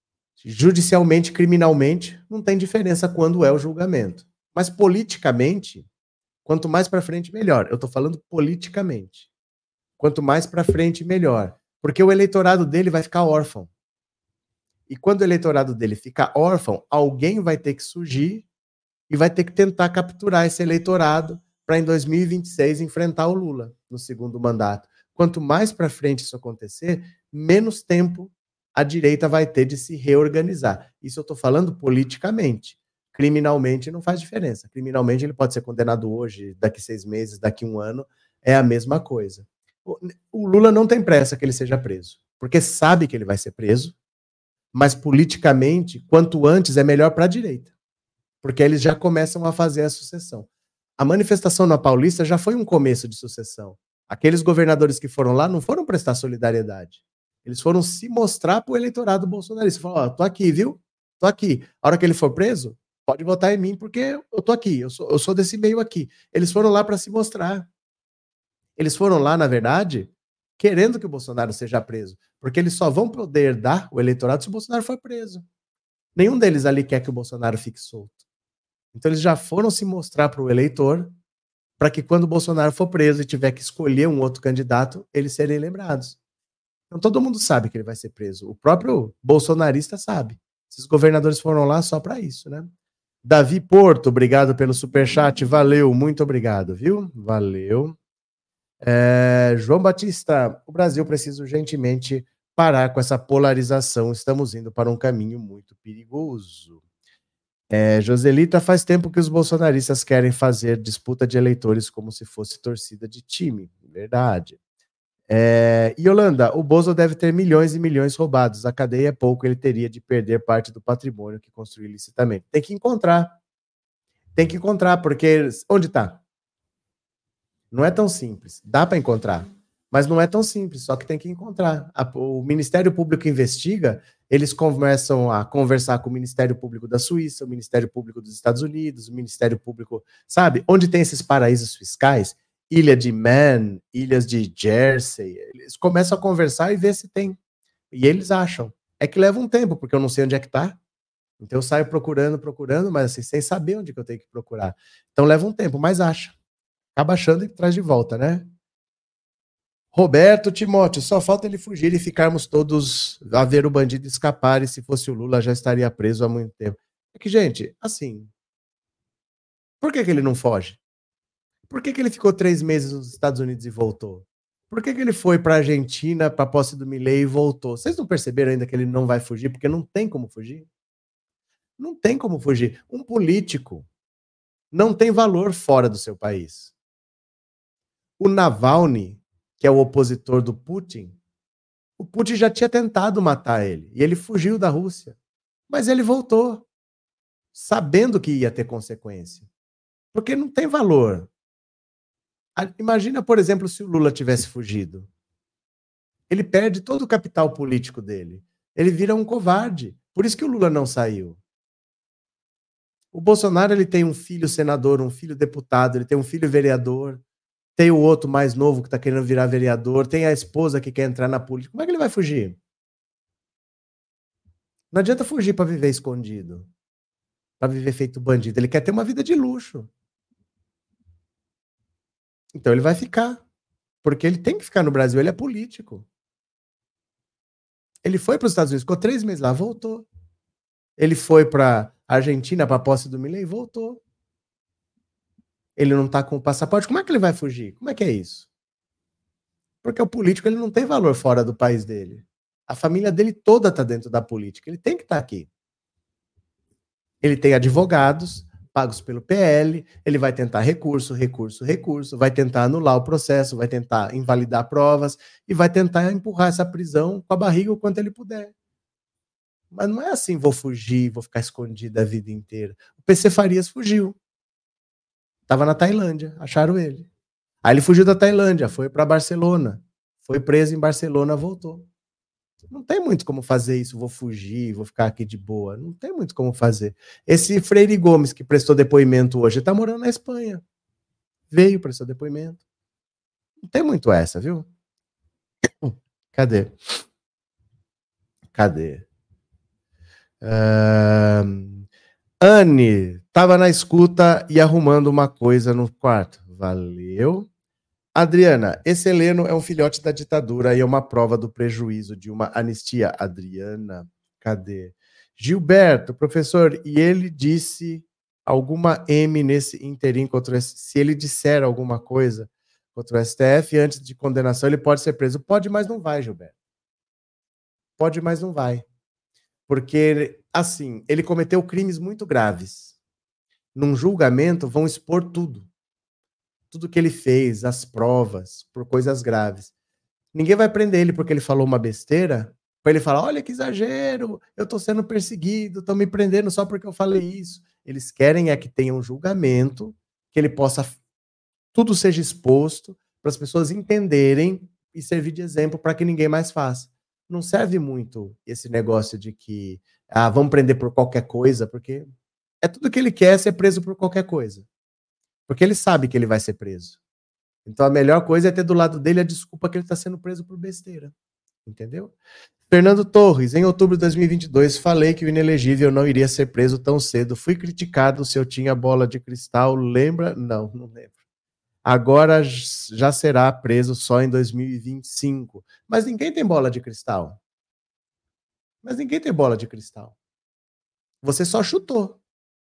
Judicialmente, criminalmente, não tem diferença quando é o julgamento. Mas politicamente, quanto mais para frente, melhor. Eu estou falando politicamente. Quanto mais para frente, melhor. Porque o eleitorado dele vai ficar órfão. E quando o eleitorado dele ficar órfão, alguém vai ter que surgir e vai ter que tentar capturar esse eleitorado para em dois mil e vinte e seis enfrentar o Lula no segundo mandato. Quanto mais para frente isso acontecer, menos tempo a direita vai ter de se reorganizar. Isso eu estou falando politicamente. Criminalmente não faz diferença. Criminalmente ele pode ser condenado hoje, daqui seis meses, daqui um ano, é a mesma coisa. O Lula não tem pressa que ele seja preso, porque sabe que ele vai ser preso, mas politicamente, quanto antes é melhor para a direita, porque eles já começam a fazer a sucessão. A manifestação na Paulista já foi um começo de sucessão. Aqueles governadores que foram lá não foram prestar solidariedade. Eles foram se mostrar para o eleitorado bolsonarista. Falaram, ó, tô aqui, viu? Tô aqui. A hora que ele for preso, pode votar em mim, porque eu tô aqui, eu sou, eu sou desse meio aqui. Eles foram lá para se mostrar. Eles foram lá, na verdade, querendo que o Bolsonaro seja preso, porque eles só vão poder dar o eleitorado se o Bolsonaro for preso. Nenhum deles ali quer que o Bolsonaro fique solto. Então eles já foram se mostrar para o eleitor, para que quando o Bolsonaro for preso e tiver que escolher um outro candidato, eles serem lembrados. Então todo mundo sabe que ele vai ser preso. O próprio bolsonarista sabe. Esses governadores foram lá só para isso, né? Davi Porto, obrigado pelo superchat, valeu, muito obrigado, viu? Valeu. É, João Batista, o Brasil precisa urgentemente parar com essa polarização, estamos indo para um caminho muito perigoso. É, Joselita, faz tempo que os bolsonaristas querem fazer disputa de eleitores como se fosse torcida de time, verdade. É, Yolanda, o Bozo deve ter milhões e milhões roubados, a cadeia é pouco, ele teria de perder parte do patrimônio que construiu ilicitamente. Tem que encontrar, tem que encontrar, porque onde está? Não é tão simples. Dá para encontrar, mas não é tão simples, só que tem que encontrar. A, o Ministério Público investiga, eles começam a conversar com o Ministério Público da Suíça, o Ministério Público dos Estados Unidos, o Ministério Público, sabe? Onde tem esses paraísos fiscais, Ilha de Man, Ilhas de Jersey, eles começam a conversar e ver se tem. E eles acham. É que leva um tempo, porque eu não sei onde é que está. Então eu saio procurando, procurando, mas assim, sem saber onde que eu tenho que procurar. Então leva um tempo, mas acha. Acaba achando e traz de volta, né? Roberto Timóteo, só falta ele fugir e ficarmos todos a ver o bandido escapar, e se fosse o Lula já estaria preso há muito tempo. É que, gente, assim, por que que ele não foge? Por que que ele ficou três meses nos Estados Unidos e voltou? Por que que ele foi para a Argentina, para a posse do Milei e voltou? Vocês não perceberam ainda que ele não vai fugir? Porque não tem como fugir. Não tem como fugir. Um político não tem valor fora do seu país. O Navalny, que é o opositor do Putin, o Putin já tinha tentado matar ele, e ele fugiu da Rússia. Mas ele voltou, sabendo que ia ter consequência. Porque não tem valor. Imagina, por exemplo, se o Lula tivesse fugido. Ele perde todo o capital político dele. Ele vira um covarde. Por isso que o Lula não saiu. O Bolsonaro, ele tem um filho senador, um filho deputado, ele tem um filho vereador, tem o outro mais novo que está querendo virar vereador, tem a esposa que quer entrar na política. Como é que ele vai fugir? Não adianta fugir para viver escondido, para viver feito bandido. Ele quer ter uma vida de luxo. Então ele vai ficar, porque ele tem que ficar no Brasil, ele é político. Ele foi para os Estados Unidos, ficou três meses lá, voltou. Ele foi para a Argentina para a posse do Milei, voltou. Ele não está com o passaporte, como é que ele vai fugir? Como é que é isso? Porque o político, ele não tem valor fora do país dele. A família dele toda está dentro da política, ele tem que estar aqui. Ele tem advogados pagos pelo P L, ele vai tentar recurso, recurso, recurso, vai tentar anular o processo, vai tentar invalidar provas e vai tentar empurrar essa prisão com a barriga o quanto ele puder. Mas não é assim, vou fugir, vou ficar escondido a vida inteira. O P C Farias fugiu. Estava na Tailândia, acharam ele. Aí ele fugiu da Tailândia, foi para Barcelona, foi preso em Barcelona, voltou. Não tem muito como fazer isso, vou fugir, vou ficar aqui de boa. Não tem muito como fazer. Esse Freire Gomes, que prestou depoimento hoje, está morando na Espanha. Veio, prestou depoimento. Não tem muito essa, viu? Cadê? Cadê? Uh, Anne, estava na escuta e arrumando uma coisa no quarto. Valeu. Adriana, esse Heleno é um filhote da ditadura e é uma prova do prejuízo de uma anistia. Adriana, cadê? Gilberto, professor, e ele disse alguma M nesse interim contra o S T F? Se ele disser alguma coisa contra o S T F antes de condenação, ele pode ser preso. Pode, mas não vai, Gilberto. Pode, mas não vai. Porque, assim, ele cometeu crimes muito graves. Num julgamento, vão expor tudo. Tudo que ele fez, as provas, por coisas graves. Ninguém vai prender ele porque ele falou uma besteira, para ele falar, olha que exagero, eu tô sendo perseguido, estão me prendendo só porque eu falei isso. Eles querem é que tenha um julgamento, que ele possa, tudo seja exposto, para as pessoas entenderem e servir de exemplo para que ninguém mais faça. Não serve muito esse negócio de que, ah, vamos prender por qualquer coisa, porque é tudo que ele quer, ser preso por qualquer coisa. Porque ele sabe que ele vai ser preso. Então a melhor coisa é ter do lado dele a desculpa que ele está sendo preso por besteira. Entendeu? Fernando Torres, em outubro de dois mil e vinte e dois, falei que o inelegível não iria ser preso tão cedo. Fui criticado se eu tinha bola de cristal. Lembra? Não, não lembro. Agora já será preso só em dois mil e vinte e cinco. Mas ninguém tem bola de cristal. Mas ninguém tem bola de cristal. Você só chutou.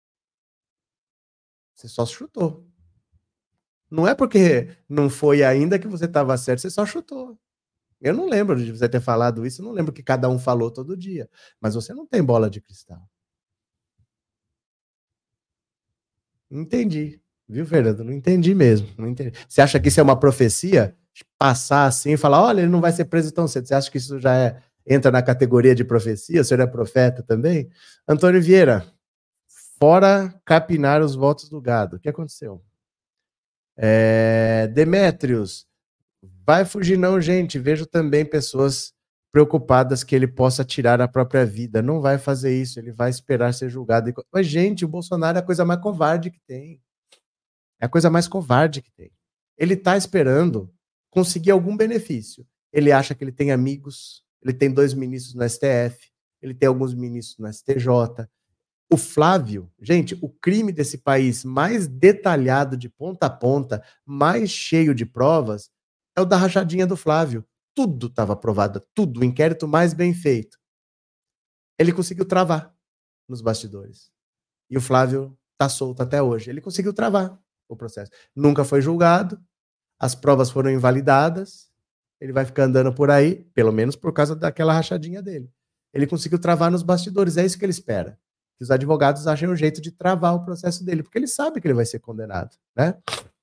Você só chutou. Não é porque não foi ainda que você estava certo, você só chutou. Eu não lembro de você ter falado isso, eu não lembro que cada um falou todo dia. Mas você não tem bola de cristal. Não entendi. Viu, Fernando? Não entendi mesmo. Não entendi. Você acha que isso é uma profecia? Passar assim e falar, olha, ele não vai ser preso tão cedo. Você acha que isso já é, entra na categoria de profecia? O senhor é profeta também? Antônio Vieira, fora capinar os votos do gado. O que aconteceu? É, Demétrios, vai fugir não, gente. Vejo também pessoas preocupadas que ele possa tirar a própria vida. Não vai fazer isso, ele vai esperar ser julgado. Mas, gente, o Bolsonaro é a coisa mais covarde que tem. É a coisa mais covarde que tem. Ele está esperando conseguir algum benefício. Ele acha que ele tem amigos, ele tem dois ministros no S T F, ele tem alguns ministros no S T J. O Flávio, gente, o crime desse país mais detalhado de ponta a ponta, mais cheio de provas, é o da rachadinha do Flávio. Tudo estava provado, tudo, o inquérito mais bem feito. Ele conseguiu travar nos bastidores. E o Flávio está solto até hoje. Ele conseguiu travar o processo. Nunca foi julgado, as provas foram invalidadas, ele vai ficar andando por aí, pelo menos por causa daquela rachadinha dele. Ele conseguiu travar nos bastidores, é isso que ele espera. Que os advogados achem um jeito de travar o processo dele, porque ele sabe que ele vai ser condenado, né?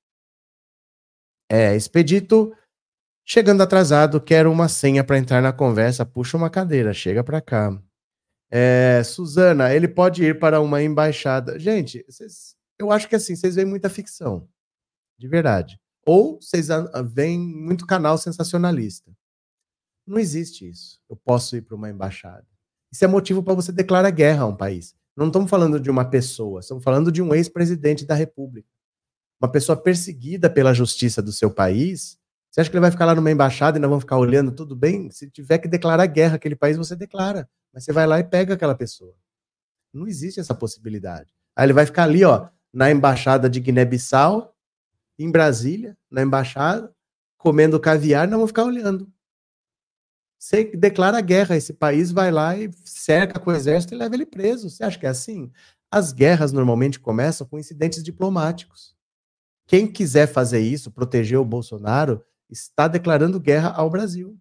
É, Expedito, chegando atrasado, quero uma senha para entrar na conversa, puxa uma cadeira, chega para cá. É, Suzana, ele pode ir para uma embaixada. Gente, vocês, eu acho que assim, vocês veem muita ficção, de verdade. Ou vocês veem muito canal sensacionalista. Não existe isso. Eu posso ir para uma embaixada. Isso é motivo para você declarar guerra a um país. Não estamos falando de uma pessoa, estamos falando de um ex-presidente da República. Uma pessoa perseguida pela justiça do seu país. Você acha que ele vai ficar lá numa embaixada e nós vamos ficar olhando tudo bem? Se tiver que declarar guerra àquele país, você declara. Mas você vai lá e pega aquela pessoa. Não existe essa possibilidade. Aí ele vai ficar ali, ó, na embaixada de Guiné-Bissau, em Brasília, na embaixada, comendo caviar, e nós vamos ficar olhando. Você declara guerra, esse país vai lá e cerca com o exército e leva ele preso. Você acha que é assim? As guerras normalmente começam com incidentes diplomáticos. Quem quiser fazer isso, proteger o Bolsonaro, está declarando guerra ao Brasil.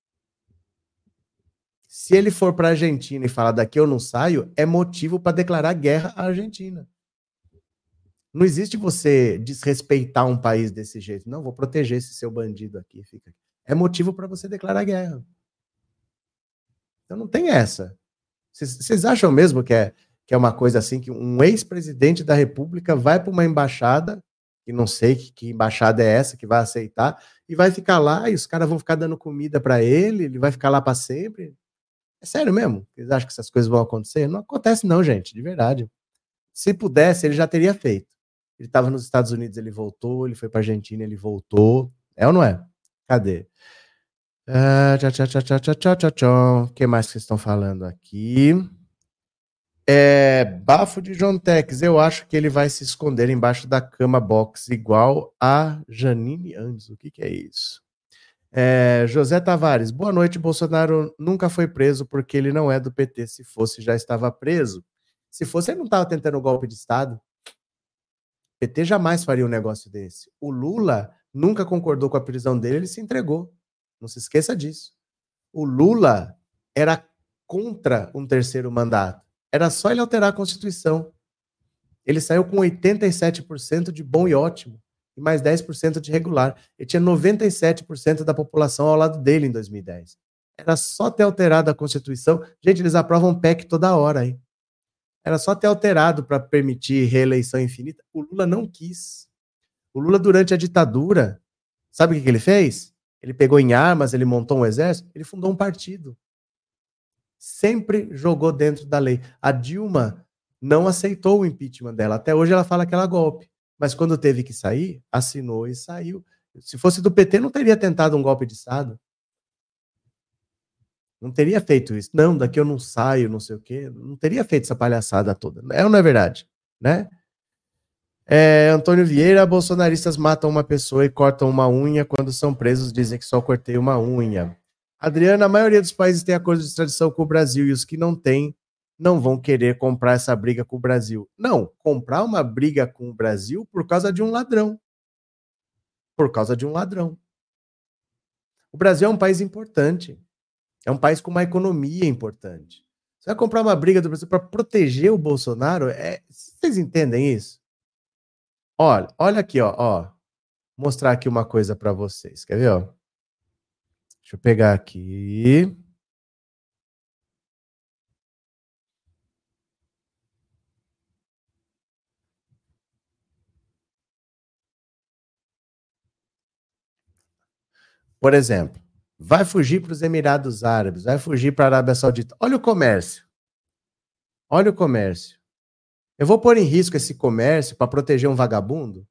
Se ele for para a Argentina e falar daqui eu não saio, é motivo para declarar guerra à Argentina. Não existe você desrespeitar um país desse jeito. Não, vou proteger esse seu bandido aqui. Fica aqui. É motivo para você declarar guerra. Então não tem essa. Vocês acham mesmo que é, que é uma coisa assim, que um ex-presidente da República vai para uma embaixada, que não sei que, que embaixada é essa que vai aceitar, e vai ficar lá e os caras vão ficar dando comida para ele, ele vai ficar lá para sempre? É sério mesmo? Vocês acham que essas coisas vão acontecer? Não acontece não, gente, de verdade. Se pudesse, ele já teria feito. Ele estava nos Estados Unidos, ele voltou, ele foi para a Argentina, ele voltou. É ou não é? Cadê? Uh, tchau, tchau, tchau, tchau, tchau, tchau, tchau. O que mais que vocês estão falando aqui? É, bafo de John Tex, eu acho que ele vai se esconder embaixo da cama box, igual a Janine Andes. O que, que é isso? É, José Tavares, boa noite. Bolsonaro nunca foi preso porque ele não é do P T. Se fosse, já estava preso. Se fosse, ele não estava tentando um golpe de Estado. O P T jamais faria um negócio desse. O Lula nunca concordou com a prisão dele, ele se entregou. Não se esqueça disso. O Lula era contra um terceiro mandato. Era só ele alterar a Constituição. Ele saiu com oitenta e sete por cento de bom e ótimo e mais dez por cento de regular. Ele tinha noventa e sete por cento da população ao lado dele em dois mil e dez. Era só ter alterado a Constituição. Gente, eles aprovam P E C toda hora, hein? Era só ter alterado para permitir reeleição infinita. O Lula não quis. O Lula, durante a ditadura, sabe o que, que ele fez? Ele pegou em armas, ele montou um exército, ele fundou um partido. Sempre jogou dentro da lei. A Dilma não aceitou o impeachment dela. Até hoje ela fala que ela é golpe. Mas quando teve que sair, assinou e saiu. Se fosse do P T, não teria tentado um golpe de Estado. Não teria feito isso. Não, daqui eu não saio, não sei o quê. Não teria feito essa palhaçada toda. É ou não é verdade? Né? É, Antônio Vieira, bolsonaristas matam uma pessoa e cortam uma unha. Quando são presos, dizem que só cortei uma unha. Adriana, a maioria dos países tem acordo de extradição com o Brasil e os que não têm não vão querer comprar essa briga com o Brasil. Não, comprar uma briga com o Brasil por causa de um ladrão. Por causa de um ladrão. O Brasil é um país importante. É um país com uma economia importante. Você vai comprar uma briga do Brasil para proteger o Bolsonaro? É... Vocês entendem isso? Olha, olha aqui, ó, ó. Vou mostrar aqui uma coisa para vocês. Quer ver, ó? Deixa eu pegar aqui. Por exemplo, vai fugir para os Emirados Árabes, vai fugir para a Arábia Saudita. Olha o comércio. Olha o comércio. Eu vou pôr em risco esse comércio para proteger um vagabundo?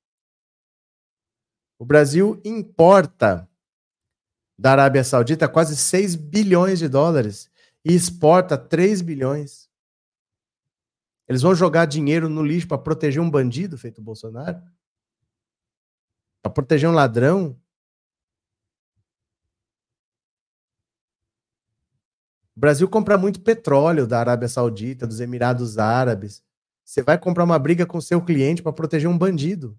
O Brasil importa da Arábia Saudita quase seis bilhões de dólares e exporta três bilhões. Eles vão jogar dinheiro no lixo para proteger um bandido feito Bolsonaro? Para proteger um ladrão? O Brasil compra muito petróleo da Arábia Saudita, dos Emirados Árabes. Você vai comprar uma briga com seu cliente para proteger um bandido.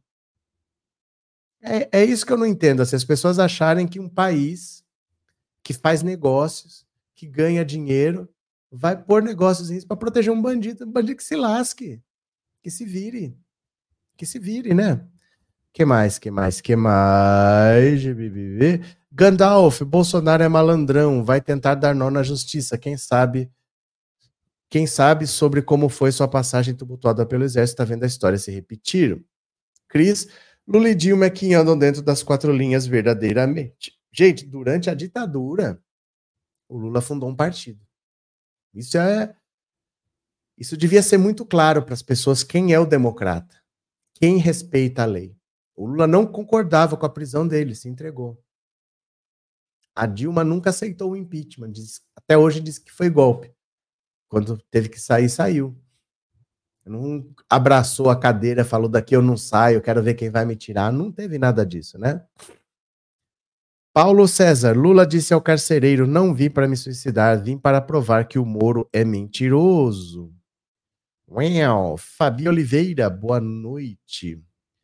É, é isso que eu não entendo. Assim, as pessoas acharem que um país que faz negócios, que ganha dinheiro, vai pôr negócios em isso para proteger um bandido. Um bandido que se lasque, que se vire. Que se vire, né? Que mais, que mais, que mais? Gandalf, Bolsonaro é malandrão, vai tentar dar nó na justiça. Quem sabe, quem sabe sobre como foi sua passagem tumultuada pelo exército, tá vendo a história se repetir. Cris, Lula e Dilma é quem andam dentro das quatro linhas verdadeiramente. Gente, durante a ditadura, o Lula fundou um partido. Isso é, isso devia ser muito claro para as pessoas quem é o democrata, quem respeita a lei. O Lula não concordava com a prisão dele, se entregou. A Dilma nunca aceitou o impeachment, diz, até hoje diz que foi golpe. Quando teve que sair, saiu. Não abraçou a cadeira, falou daqui eu não saio, eu quero ver quem vai me tirar. Não teve nada disso, né? Paulo César, Lula disse ao carcereiro, não vim para me suicidar, vim para provar que o Moro é mentiroso. Uau, Fabi Oliveira, boa noite.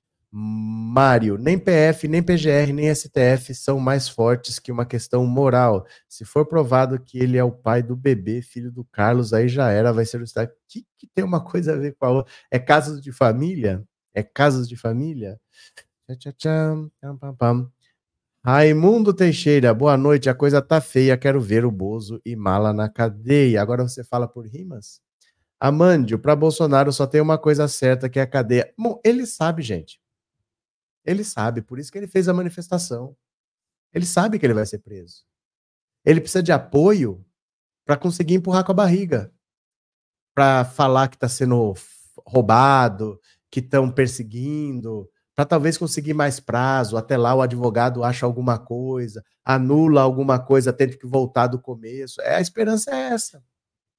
Mário, nem P F, nem P G R, nem S T F são mais fortes que uma questão moral. Se for provado que ele é o pai do bebê, filho do Carlos, aí já era, vai ser o Estado. Que, que tem uma coisa a ver com a outra? É casos de família? É casos de família? Tchá, tchá, tchá, pam, pam. Raimundo Teixeira, boa noite, a coisa tá feia, quero ver o Bozo e Mala na cadeia. Agora você fala por rimas? Amândio, para Bolsonaro só tem uma coisa certa, que é a cadeia. Bom, ele sabe, gente. Ele sabe, por isso que ele fez a manifestação. Ele sabe que ele vai ser preso. Ele precisa de apoio para conseguir empurrar com a barriga. Para falar que está sendo roubado, que estão perseguindo, para talvez conseguir mais prazo. Até lá o advogado acha alguma coisa, anula alguma coisa, tenta que voltar do começo. É, a esperança é essa.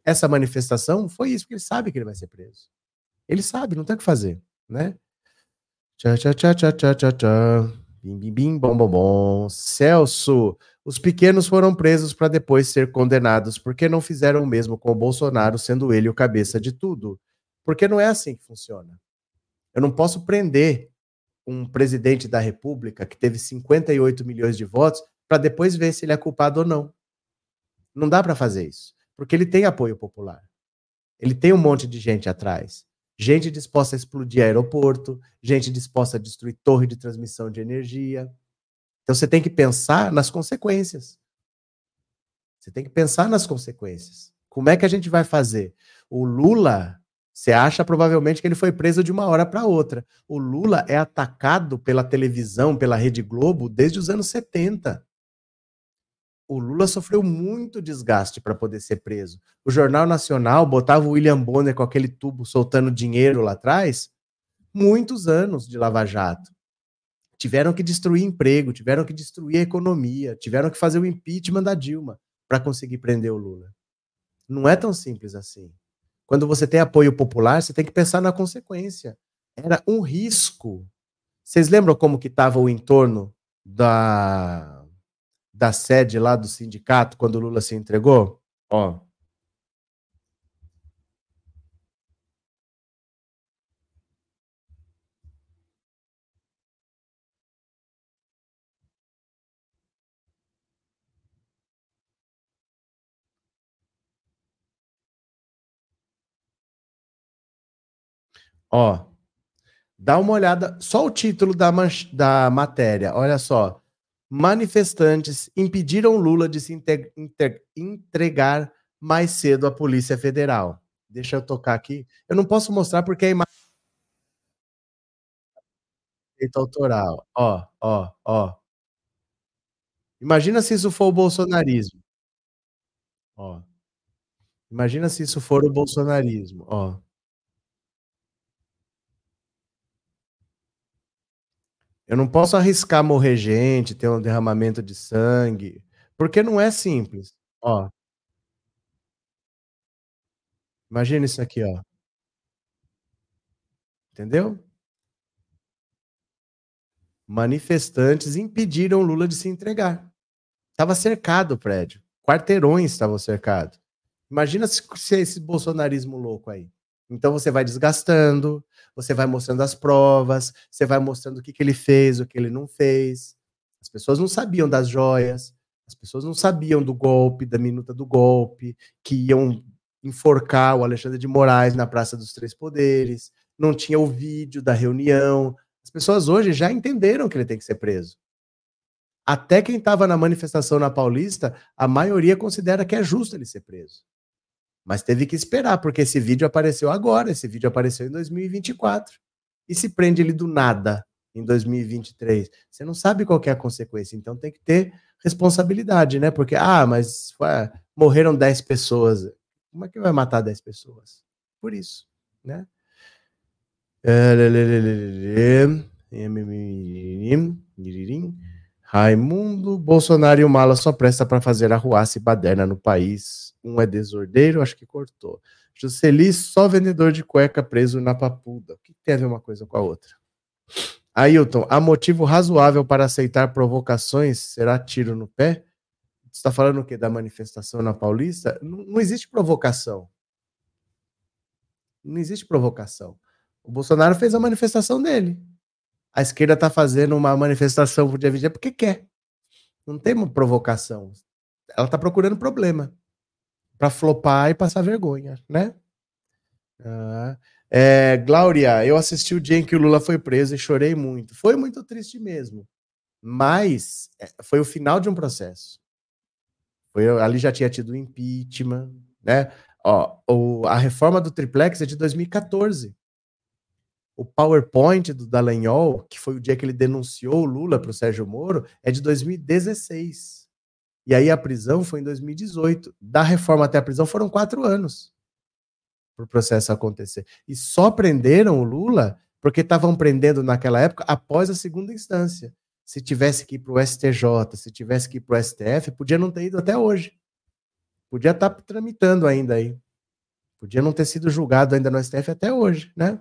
essa manifestação foi isso, porque ele sabe que ele vai ser preso. Ele sabe, não tem o que fazer, né? Tchá, tchá, tchá, tchá, tchá, tchá, tchá. Bim, bim, bim, bom, bom, bom. Celso, os pequenos foram presos para depois ser condenados. Por que não fizeram o mesmo com o Bolsonaro, sendo ele o cabeça de tudo? Porque não é assim que funciona. Eu não posso prender um presidente da República que teve cinquenta e oito milhões de votos para depois ver se ele é culpado ou não. Não dá para fazer isso, porque ele tem apoio popular. Ele tem um monte de gente atrás. Gente disposta a explodir aeroporto, gente disposta a destruir torre de transmissão de energia. Então você tem que pensar nas consequências. Você tem que pensar nas consequências. Como é que a gente vai fazer? O Lula, você acha provavelmente que ele foi preso de uma hora para outra. O Lula é atacado pela televisão, pela Rede Globo, desde os anos setenta. O Lula sofreu muito desgaste para poder ser preso. O Jornal Nacional botava o William Bonner com aquele tubo soltando dinheiro lá atrás, muitos anos de Lava Jato. Tiveram que destruir emprego, tiveram que destruir a economia, tiveram que fazer o impeachment da Dilma para conseguir prender o Lula. Não é tão simples assim. Quando você tem apoio popular, você tem que pensar na consequência. Era um risco. Vocês lembram como que estava o entorno da... da sede lá do sindicato, quando o Lula se entregou? Ó. Ó. Dá uma olhada, só o título da, da matéria, olha só. Manifestantes impediram Lula de se entregar mais cedo à Polícia Federal. Deixa eu tocar aqui. Eu não posso mostrar porque a imagem... Direito autoral. Ó, ó, ó. Imagina se isso for o bolsonarismo. Ó. Imagina se isso for o bolsonarismo. Ó. Eu não posso arriscar morrer gente, ter um derramamento de sangue, porque não é simples. Ó. Imagina isso aqui, ó. Entendeu? Manifestantes impediram Lula de se entregar. Estava cercado o prédio. Quarteirões estavam cercados. Imagina se, se é esse bolsonarismo louco aí. Então você vai desgastando, você vai mostrando as provas, você vai mostrando o que, que ele fez, o que ele não fez. As pessoas não sabiam das joias, as pessoas não sabiam do golpe, da minuta do golpe, que iam enforcar o Alexandre de Moraes na Praça dos Três Poderes, não tinha o vídeo da reunião. As pessoas hoje já entenderam que ele tem que ser preso. Até quem estava na manifestação na Paulista, a maioria considera que é justo ele ser preso. Mas teve que esperar, porque esse vídeo apareceu agora, esse vídeo apareceu em dois mil e vinte e quatro. E se prende ele do nada em dois mil e vinte e três? Você não sabe qual que é a consequência, então tem que ter responsabilidade, né? Porque, ah, mas ué, morreram dez pessoas. Como é que vai matar dez pessoas? Por isso, né? Raimundo, Bolsonaro e o Mala só presta para fazer arruaça e baderna no país. Um é desordeiro, acho que cortou. Jusceli, só vendedor de cueca preso na papuda. O que tem a ver uma coisa com a outra? Ailton, há motivo razoável para aceitar provocações? Será tiro no pé? Você está falando o quê? Da manifestação na Paulista? Não, não existe provocação. Não existe provocação. O Bolsonaro fez a manifestação dele. A esquerda está fazendo uma manifestação por dia vinte porque quer. Não tem uma provocação. Ela está procurando problema para flopar e passar vergonha, né? Ah, é, Glória, eu assisti o dia em que o Lula foi preso e chorei muito. Foi muito triste mesmo. Mas foi o final de um processo. Foi, ali já tinha tido impeachment, né? Ó, o, a reforma do triplex é de dois mil e quatorze. O PowerPoint do Dallagnol, que foi o dia que ele denunciou o Lula para o Sérgio Moro, é de dois mil e dezesseis. E aí a prisão foi em dois mil e dezoito. Da reforma até a prisão foram quatro anos para o processo acontecer. E só prenderam o Lula porque estavam prendendo naquela época após a segunda instância. Se tivesse que ir para o S T J, se tivesse que ir para o S T F, podia não ter ido até hoje. Podia estar tramitando ainda aí. Podia não ter sido julgado ainda no S T F até hoje, né?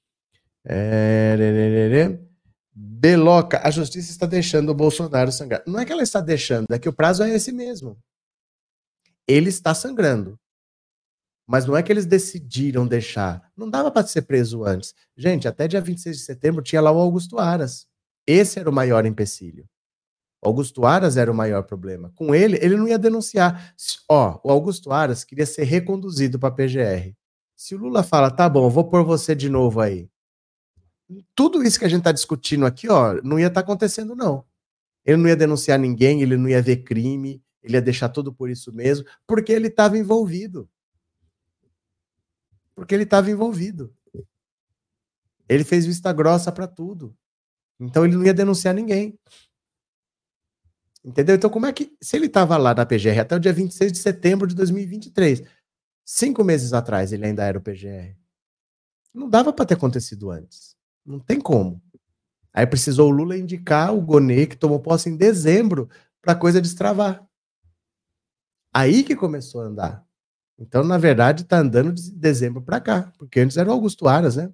É... Beloca, a justiça está deixando o Bolsonaro sangrar. Não é que ela está deixando, é que o prazo é esse mesmo. Ele está sangrando. Mas não é que eles decidiram deixar. Não dava para ser preso antes. Gente, até dia vinte e seis de setembro tinha lá o Augusto Aras. Esse era o maior empecilho. O Augusto Aras era o maior problema. Com ele, ele não ia denunciar. Ó, o Augusto Aras queria ser reconduzido para a P G R. Se o Lula fala, tá bom, eu vou pôr você de novo aí. Tudo isso que a gente está discutindo aqui, ó, não ia estar tá acontecendo, não. Ele não ia denunciar ninguém, ele não ia ver crime, ele ia deixar tudo por isso mesmo, porque ele estava envolvido. Porque ele estava envolvido. Ele fez vista grossa para tudo. Então ele não ia denunciar ninguém. Entendeu? Então como é que... Se ele estava lá na P G R até o dia vinte e seis de setembro de dois mil e vinte e três, cinco meses atrás ele ainda era o P G R. Não dava para ter acontecido antes. Não tem como. Aí precisou o Lula indicar o Gonê, que tomou posse em dezembro, para a coisa destravar. Aí que começou a andar. Então, na verdade, está andando de dezembro para cá, porque antes era o Augusto Aras, né?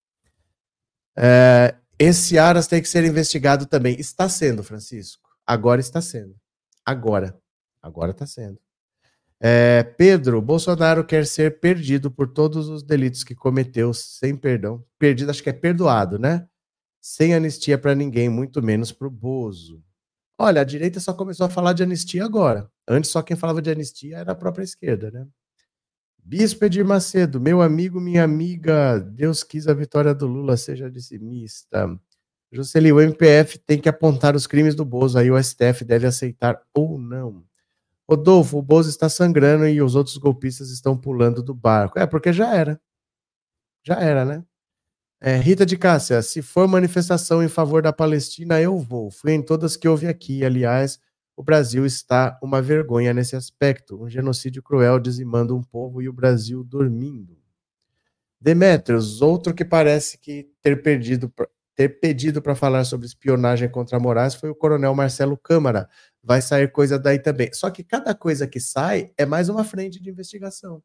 É, esse Aras tem que ser investigado também. Está sendo, Francisco. Agora está sendo. Agora. Agora está sendo. É, Pedro, Bolsonaro quer ser perdido por todos os delitos que cometeu sem perdão. Perdido, acho que é perdoado, né? Sem anistia para ninguém, muito menos para o Bozo. Olha, a direita só começou a falar de anistia agora. Antes só quem falava de anistia era a própria esquerda, né? Bispo Edir Macedo, meu amigo, minha amiga, Deus quis a vitória do Lula, seja dissimista. Juscelino, o M P F tem que apontar os crimes do Bozo, aí o S T F deve aceitar ou não. Rodolfo, o Bozo está sangrando e os outros golpistas estão pulando do barco. É, porque já era. Já era, né? É, Rita de Cássia, se for manifestação em favor da Palestina, eu vou. Fui em todas que houve aqui. Aliás, o Brasil está uma vergonha nesse aspecto. Um genocídio cruel dizimando um povo e o Brasil dormindo. Demetrios, outro que parece que ter, perdido, ter pedido para falar sobre espionagem contra Moraes foi o coronel Marcelo Câmara. Vai sair coisa daí também. Só que cada coisa que sai é mais uma frente de investigação.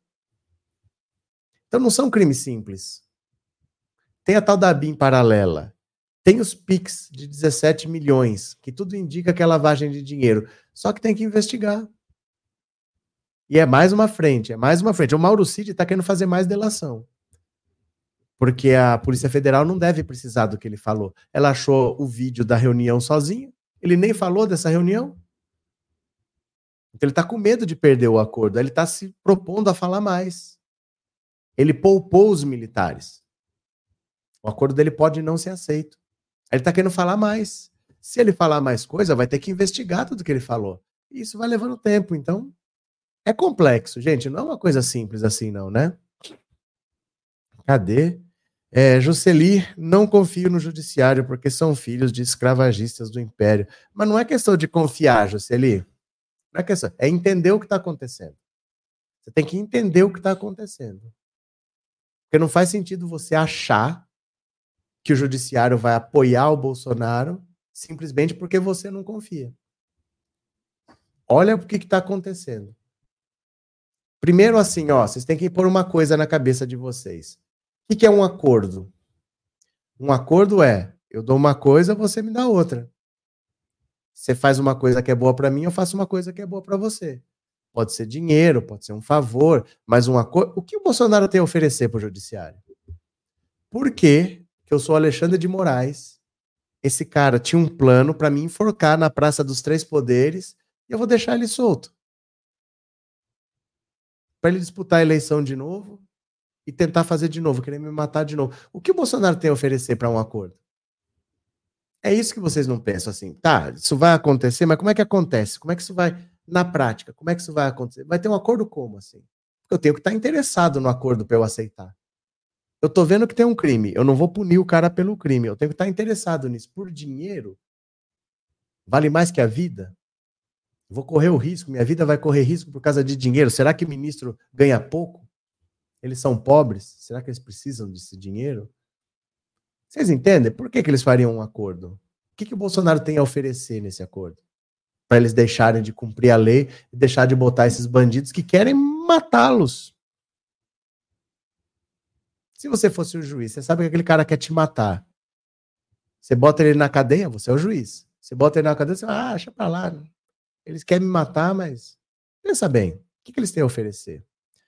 Então não são crimes simples. Tem a tal da B I M paralela. Tem os P I Cs de dezessete milhões, que tudo indica que é lavagem de dinheiro. Só que tem que investigar. E é mais uma frente, é mais uma frente. O Mauro Cid está querendo fazer mais delação. Porque a Polícia Federal não deve precisar do que ele falou. Ela achou o vídeo da reunião sozinha. Ele nem falou dessa reunião. Então ele está com medo de perder o acordo. Ele está se propondo a falar mais. Ele poupou os militares. O acordo dele pode não ser aceito. Ele está querendo falar mais. Se ele falar mais coisa, vai ter que investigar tudo que ele falou. E isso vai levando tempo. Então, é complexo, gente. Não é uma coisa simples assim, não, né? Cadê? É, Jusceli, não confio no judiciário porque são filhos de escravagistas do Império. Mas não é questão de confiar, Jusceli. Não é questão. É entender o que está acontecendo. Você tem que entender o que está acontecendo. Porque não faz sentido você achar que o judiciário vai apoiar o Bolsonaro simplesmente porque você não confia. Olha o que está acontecendo. Primeiro assim, ó, vocês têm que pôr uma coisa na cabeça de vocês. O que, que é um acordo? Um acordo é, eu dou uma coisa, você me dá outra. Você faz uma coisa que é boa para mim, eu faço uma coisa que é boa para você. Pode ser dinheiro, pode ser um favor, mas um acordo... O que o Bolsonaro tem a oferecer para o judiciário? Por quê? Que eu sou Alexandre de Moraes, esse cara tinha um plano para me enforcar na Praça dos Três Poderes e eu vou deixar ele solto. Para ele disputar a eleição de novo e tentar fazer de novo, querer me matar de novo. O que o Bolsonaro tem a oferecer para um acordo? É isso que vocês não pensam assim. Tá, isso vai acontecer, mas como é que acontece? Como é que isso vai, na prática, como é que isso vai acontecer? Vai ter um acordo como, assim? Porque eu tenho que estar interessado no acordo para eu aceitar. Eu tô vendo que tem um crime, eu não vou punir o cara pelo crime, eu tenho que estar interessado nisso. Por dinheiro, vale mais que a vida? Vou correr o risco, minha vida vai correr risco por causa de dinheiro. Será que o ministro ganha pouco? Eles são pobres? Será que eles precisam desse dinheiro? Vocês entendem? Por que, que eles fariam um acordo? O que, que o Bolsonaro tem a oferecer nesse acordo? Para eles deixarem de cumprir a lei e deixar de botar esses bandidos que querem matá-los. Se você fosse o juiz, você sabe que aquele cara quer te matar. Você bota ele na cadeia, você é o juiz. Você bota ele na cadeia, você fala, ah, deixa pra lá. Eles querem me matar, mas pensa bem, o que, que eles têm a oferecer?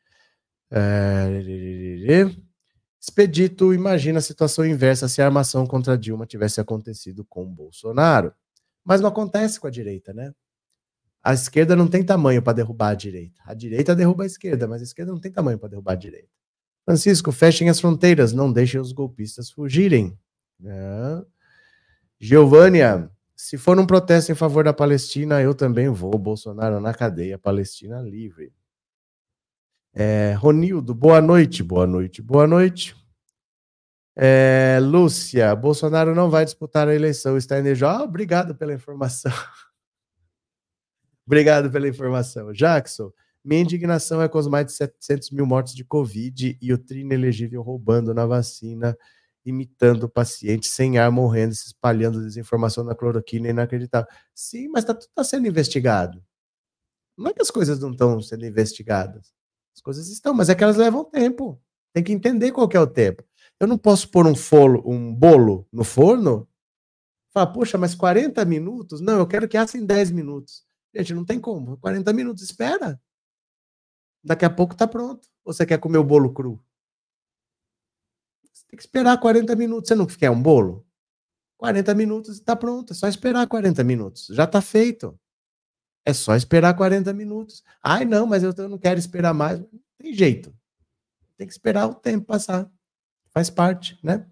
É... Expedito imagina a situação inversa se a armação contra Dilma tivesse acontecido com Bolsonaro. Mas não acontece com a direita, né? A esquerda não tem tamanho para derrubar a direita. A direita derruba a esquerda, mas a esquerda não tem tamanho para derrubar a direita. Francisco, fechem as fronteiras, não deixem os golpistas fugirem. É. Giovânia, se for um protesto em favor da Palestina, eu também vou. Bolsonaro na cadeia, Palestina livre. É, Ronildo, boa noite, boa noite, boa noite. É, Lúcia, Bolsonaro não vai disputar a eleição, está energizado. Ah, obrigado pela informação. Obrigado pela informação. Jackson, minha indignação é com os mais de setecentos mil mortos de Covid e o tri inelegível roubando na vacina, imitando o paciente sem ar, morrendo, se espalhando desinformação na cloroquina, inacreditável. Sim, mas tá, tudo está sendo investigado. Não é que as coisas não estão sendo investigadas. As coisas estão, mas é que elas levam tempo. Tem que entender qual que é o tempo. Eu não posso pôr um, folo, um bolo no forno e falar, poxa, mas quarenta minutos? Não, eu quero que assa em dez minutos. Gente, não tem como. quarenta minutos, espera. Daqui a pouco tá pronto. Ou você quer comer o bolo cru? Você tem que esperar quarenta minutos. Você não quer um bolo? quarenta minutos e tá pronto. É só esperar quarenta minutos. Já tá feito. É só esperar quarenta minutos. Ai, não, mas eu não quero esperar mais. Não tem jeito. Tem que esperar o tempo passar. Faz parte, né?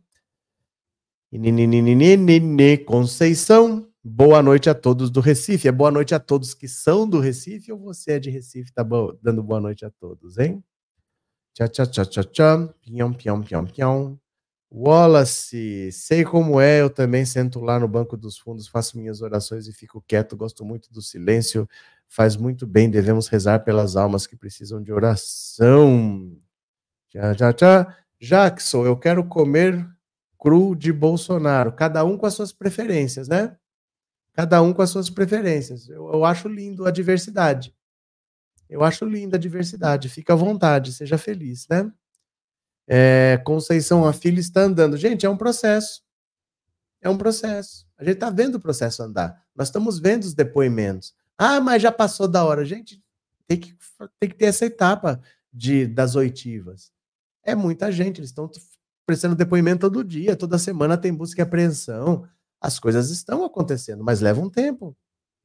Nininini, Conceição. Boa noite a todos do Recife. É boa noite a todos que são do Recife ou você é de Recife? Tá bo- dando boa noite a todos, hein? Tchau, tchau, tchau, tchau, tchau. Pião, pião, pião, pião. Wallace, sei como é, eu também sento lá no banco dos fundos, faço minhas orações e fico quieto, gosto muito do silêncio, faz muito bem, devemos rezar pelas almas que precisam de oração. Tchau, tchau, tchau. Jackson, eu quero comer cru de Bolsonaro, cada um com as suas preferências, né? Cada um com as suas preferências. Eu, eu acho lindo a diversidade. Eu acho linda a diversidade. Fica à vontade, seja feliz, né? É, Conceição, a filha está andando. Gente, é um processo. É um processo. A gente está vendo o processo andar. Nós estamos vendo os depoimentos. Ah, mas já passou da hora. Gente, tem que, tem que ter essa etapa de, das oitivas. É muita gente. Eles estão prestando depoimento todo dia. Toda semana tem busca e apreensão. As coisas estão acontecendo, mas leva um tempo.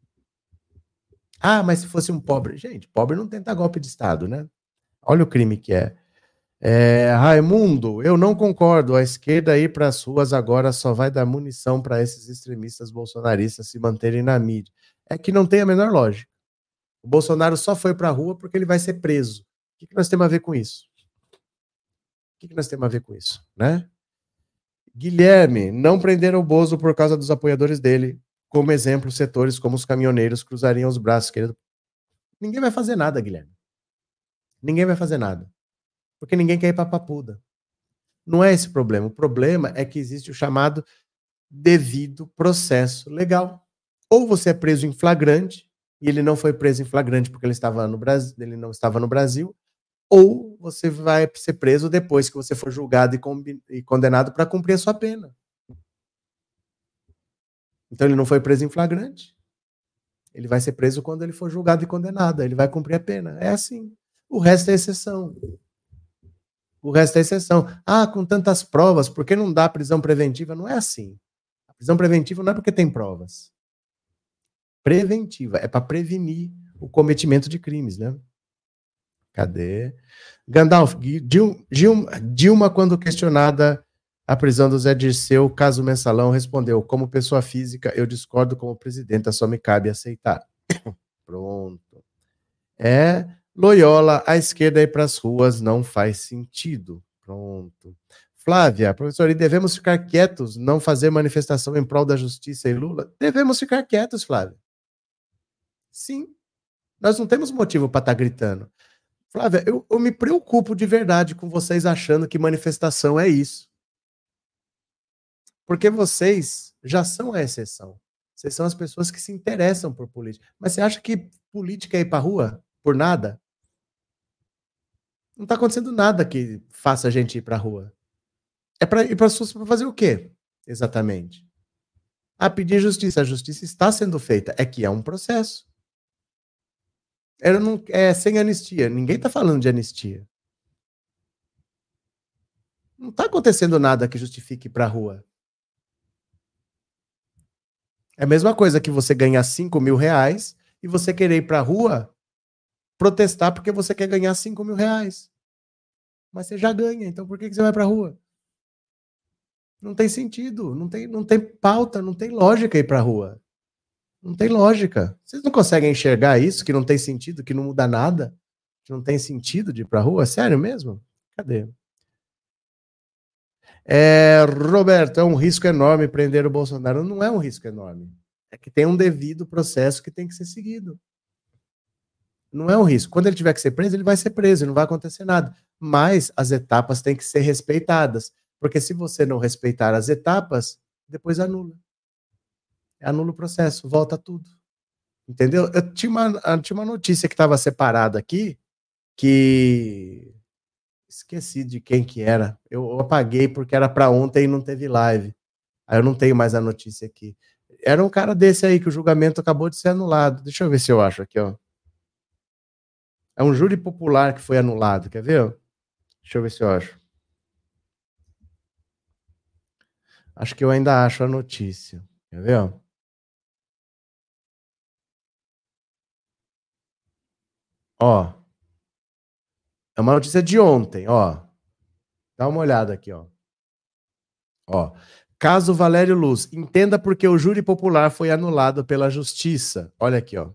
Ah, mas se fosse um pobre... Gente, pobre não tenta golpe de Estado, né? Olha o crime que é. É, Raimundo, eu não concordo. A esquerda ir para as ruas agora só vai dar munição para esses extremistas bolsonaristas se manterem na mídia. É que não tem a menor lógica. O Bolsonaro só foi para a rua porque ele vai ser preso. O que, que nós temos a ver com isso? O que, que nós temos a ver com isso, né? Guilherme, não prenderam o Bozo por causa dos apoiadores dele. Como exemplo, setores como os caminhoneiros cruzariam os braços, querido. Ninguém vai fazer nada, Guilherme. Ninguém vai fazer nada. Porque ninguém quer ir para Papuda. Não é esse o problema. O problema é que existe o chamado devido processo legal. Ou você é preso em flagrante, e ele não foi preso em flagrante porque ele estava no Brasil, ele não estava no Brasil, ou você vai ser preso depois que você for julgado e, combi- e condenado para cumprir a sua pena. Então ele não foi preso em flagrante. Ele vai ser preso quando ele for julgado e condenado. Ele vai cumprir a pena. É assim. O resto é exceção. O resto é exceção. Ah, com tantas provas, por que não dá prisão preventiva? Não é assim. A prisão preventiva não é porque tem provas. Preventiva. É para prevenir o cometimento de crimes, né? Cadê? Gandalf, Dil- Gil- Dilma, quando questionada a prisão do Zé Dirceu, caso Mensalão, respondeu, como pessoa física, eu discordo como presidenta, só me cabe aceitar. Pronto. É, Loyola, a esquerda ir para as ruas não faz sentido. Pronto. Flávia, professor, e devemos ficar quietos, não fazer manifestação em prol da justiça e Lula? Devemos ficar quietos, Flávia. Sim. Nós não temos motivo para estar gritando. Flávia, eu, eu me preocupo de verdade com vocês achando que manifestação é isso. Porque vocês já são a exceção. Vocês são as pessoas que se interessam por política. Mas você acha que política é ir para a rua por nada? Não está acontecendo nada que faça a gente ir para a rua. É para ir para a SUS para fazer o quê? Exatamente. A pedir justiça. A justiça está sendo feita. É que é um processo. Ela não, é sem anistia. Ninguém está falando de anistia. Não está acontecendo nada que justifique ir para a rua. É a mesma coisa que você ganhar cinco mil reais e você querer ir para a rua protestar porque você quer ganhar cinco mil reais. Mas você já ganha, então por que você vai para a rua? Não tem sentido, não tem, não tem pauta, não tem lógica ir para a rua. Não tem lógica. Vocês não conseguem enxergar isso, que não tem sentido, que não muda nada? Que não tem sentido de ir para a rua? Sério mesmo? Cadê? É, Roberto, é um risco enorme prender o Bolsonaro. Não é um risco enorme. É que tem um devido processo que tem que ser seguido. Não é um risco. Quando ele tiver que ser preso, ele vai ser preso, não vai acontecer nada. Mas as etapas têm que ser respeitadas. Porque se você não respeitar as etapas, depois anula. Anula o processo, volta tudo. Entendeu? Eu tinha uma, eu tinha uma notícia que estava separada aqui, que esqueci de quem que era. Eu apaguei porque era para ontem e não teve live. Aí eu não tenho mais a notícia aqui. Era um cara desse aí que o julgamento acabou de ser anulado. Deixa eu ver se eu acho aqui, ó. É um júri popular que foi anulado, quer ver? Deixa eu ver se eu acho. Acho que eu ainda acho a notícia. Quer ver? Ó. É uma notícia de ontem, ó. Dá uma olhada aqui, ó. Ó. Caso Valério Luz. Entenda por que o júri popular foi anulado pela justiça. Olha aqui, ó.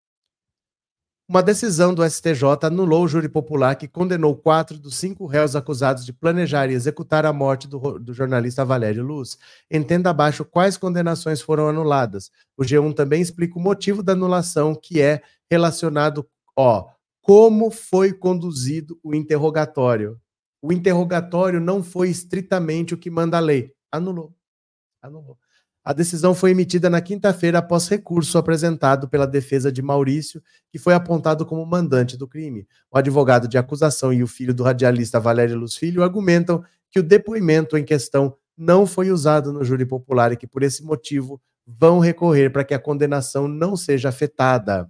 Uma decisão do S T J anulou o júri popular que condenou quatro dos cinco réus acusados de planejar e executar a morte do, do jornalista Valério Luz. Entenda abaixo quais condenações foram anuladas. O G um também explica o motivo da anulação, que é relacionado, ó, como foi conduzido o interrogatório. O interrogatório não foi estritamente o que manda a lei. Anulou. Anulou. A decisão foi emitida na quinta-feira após recurso apresentado pela defesa de Maurício, que foi apontado como mandante do crime. O advogado de acusação e o filho do radialista Valério Luz Filho argumentam que o depoimento em questão não foi usado no júri popular e que, por esse motivo, vão recorrer para que a condenação não seja afetada.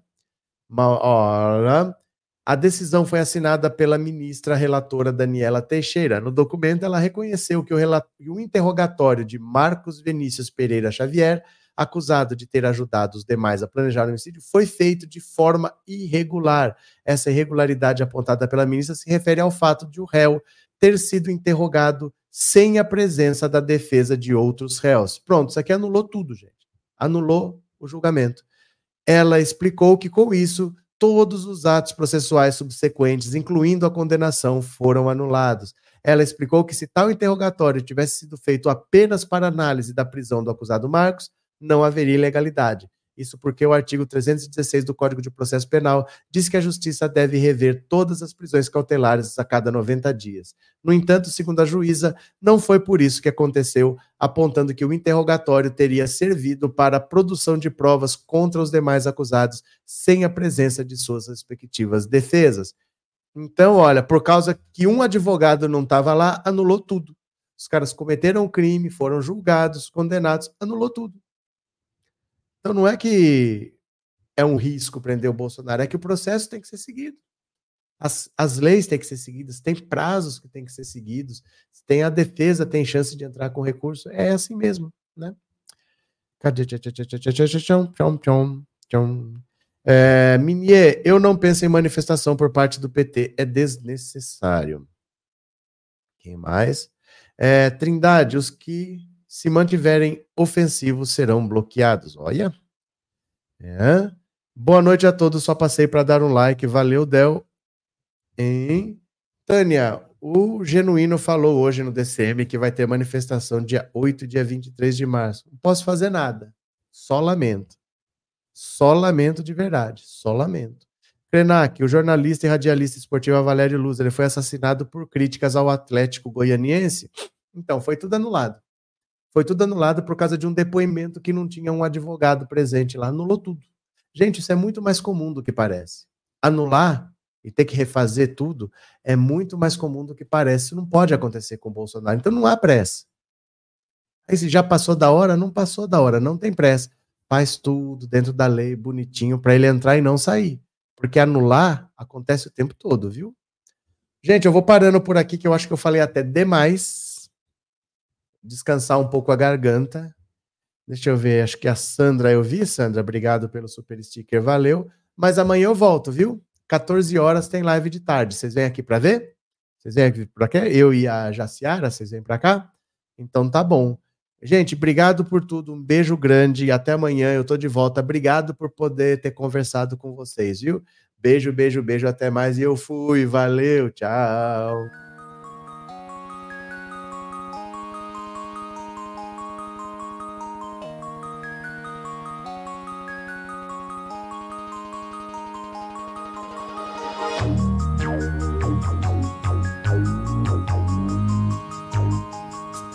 Ora, a decisão foi assinada pela ministra relatora Daniela Teixeira. No documento, ela reconheceu que o, relato, o interrogatório de Marcos Vinícius Pereira Xavier, acusado de ter ajudado os demais a planejar o homicídio, foi feito de forma irregular. Essa irregularidade apontada pela ministra se refere ao fato de o réu ter sido interrogado sem a presença da defesa de outros réus. Pronto, isso aqui anulou tudo, gente. Anulou o julgamento. Ela explicou que, com isso, todos os atos processuais subsequentes, incluindo a condenação, foram anulados. Ela explicou que, se tal interrogatório tivesse sido feito apenas para análise da prisão do acusado Marcos, não haveria ilegalidade. Isso porque o artigo trezentos e dezesseis do Código de Processo Penal diz que a Justiça deve rever todas as prisões cautelares a cada noventa dias. No entanto, segundo a juíza, não foi por isso que aconteceu, apontando que o interrogatório teria servido para a produção de provas contra os demais acusados sem a presença de suas respectivas defesas. Então, olha, por causa que um advogado não estava lá, anulou tudo. Os caras cometeram um crime, foram julgados, condenados, anulou tudo. Então não é que é um risco prender o Bolsonaro, é que o processo tem que ser seguido. As, as leis têm que ser seguidas, tem prazos que têm que ser seguidos, tem a defesa, tem chance de entrar com recurso, é assim mesmo, né? Cadê? É, Minier, eu não penso em manifestação por parte do P T, é desnecessário. Quem mais? É, Trindade, os que se mantiverem ofensivos serão bloqueados. Olha. É. Boa noite a todos. Só passei para dar um like. Valeu, Del. Hein? Tânia, o Genuíno falou hoje no D C M que vai ter manifestação dia oito e dia vinte e três de março. Não posso fazer nada. Só lamento. Só lamento de verdade. Só lamento. Krenak, o jornalista e radialista esportivo Valério Luz, ele foi assassinado por críticas ao Atlético Goianiense. Então, foi tudo anulado. Foi tudo anulado por causa de um depoimento que não tinha um advogado presente lá. Anulou tudo. Gente, isso é muito mais comum do que parece. Anular e ter que refazer tudo é muito mais comum do que parece. Isso não pode acontecer com o Bolsonaro. Então não há pressa. Aí se já passou da hora, não passou da hora, não tem pressa. Faz tudo dentro da lei, bonitinho, para ele entrar e não sair. Porque anular acontece o tempo todo, viu? Gente, eu vou parando por aqui, que eu acho que eu falei até demais. Descansar um pouco a garganta. Deixa eu ver, acho que a Sandra, eu vi, Sandra, obrigado pelo super sticker, valeu. Mas amanhã eu volto, viu? quatorze horas tem live de tarde. Vocês vêm aqui para ver? Vocês vêm aqui para cá? Eu e a Jaciara, vocês vêm para cá? Então tá bom. Gente, obrigado por tudo, um beijo grande e até amanhã, eu tô de volta. Obrigado por poder ter conversado com vocês, viu? Beijo, beijo, beijo, até mais e eu fui, valeu, tchau. Bye.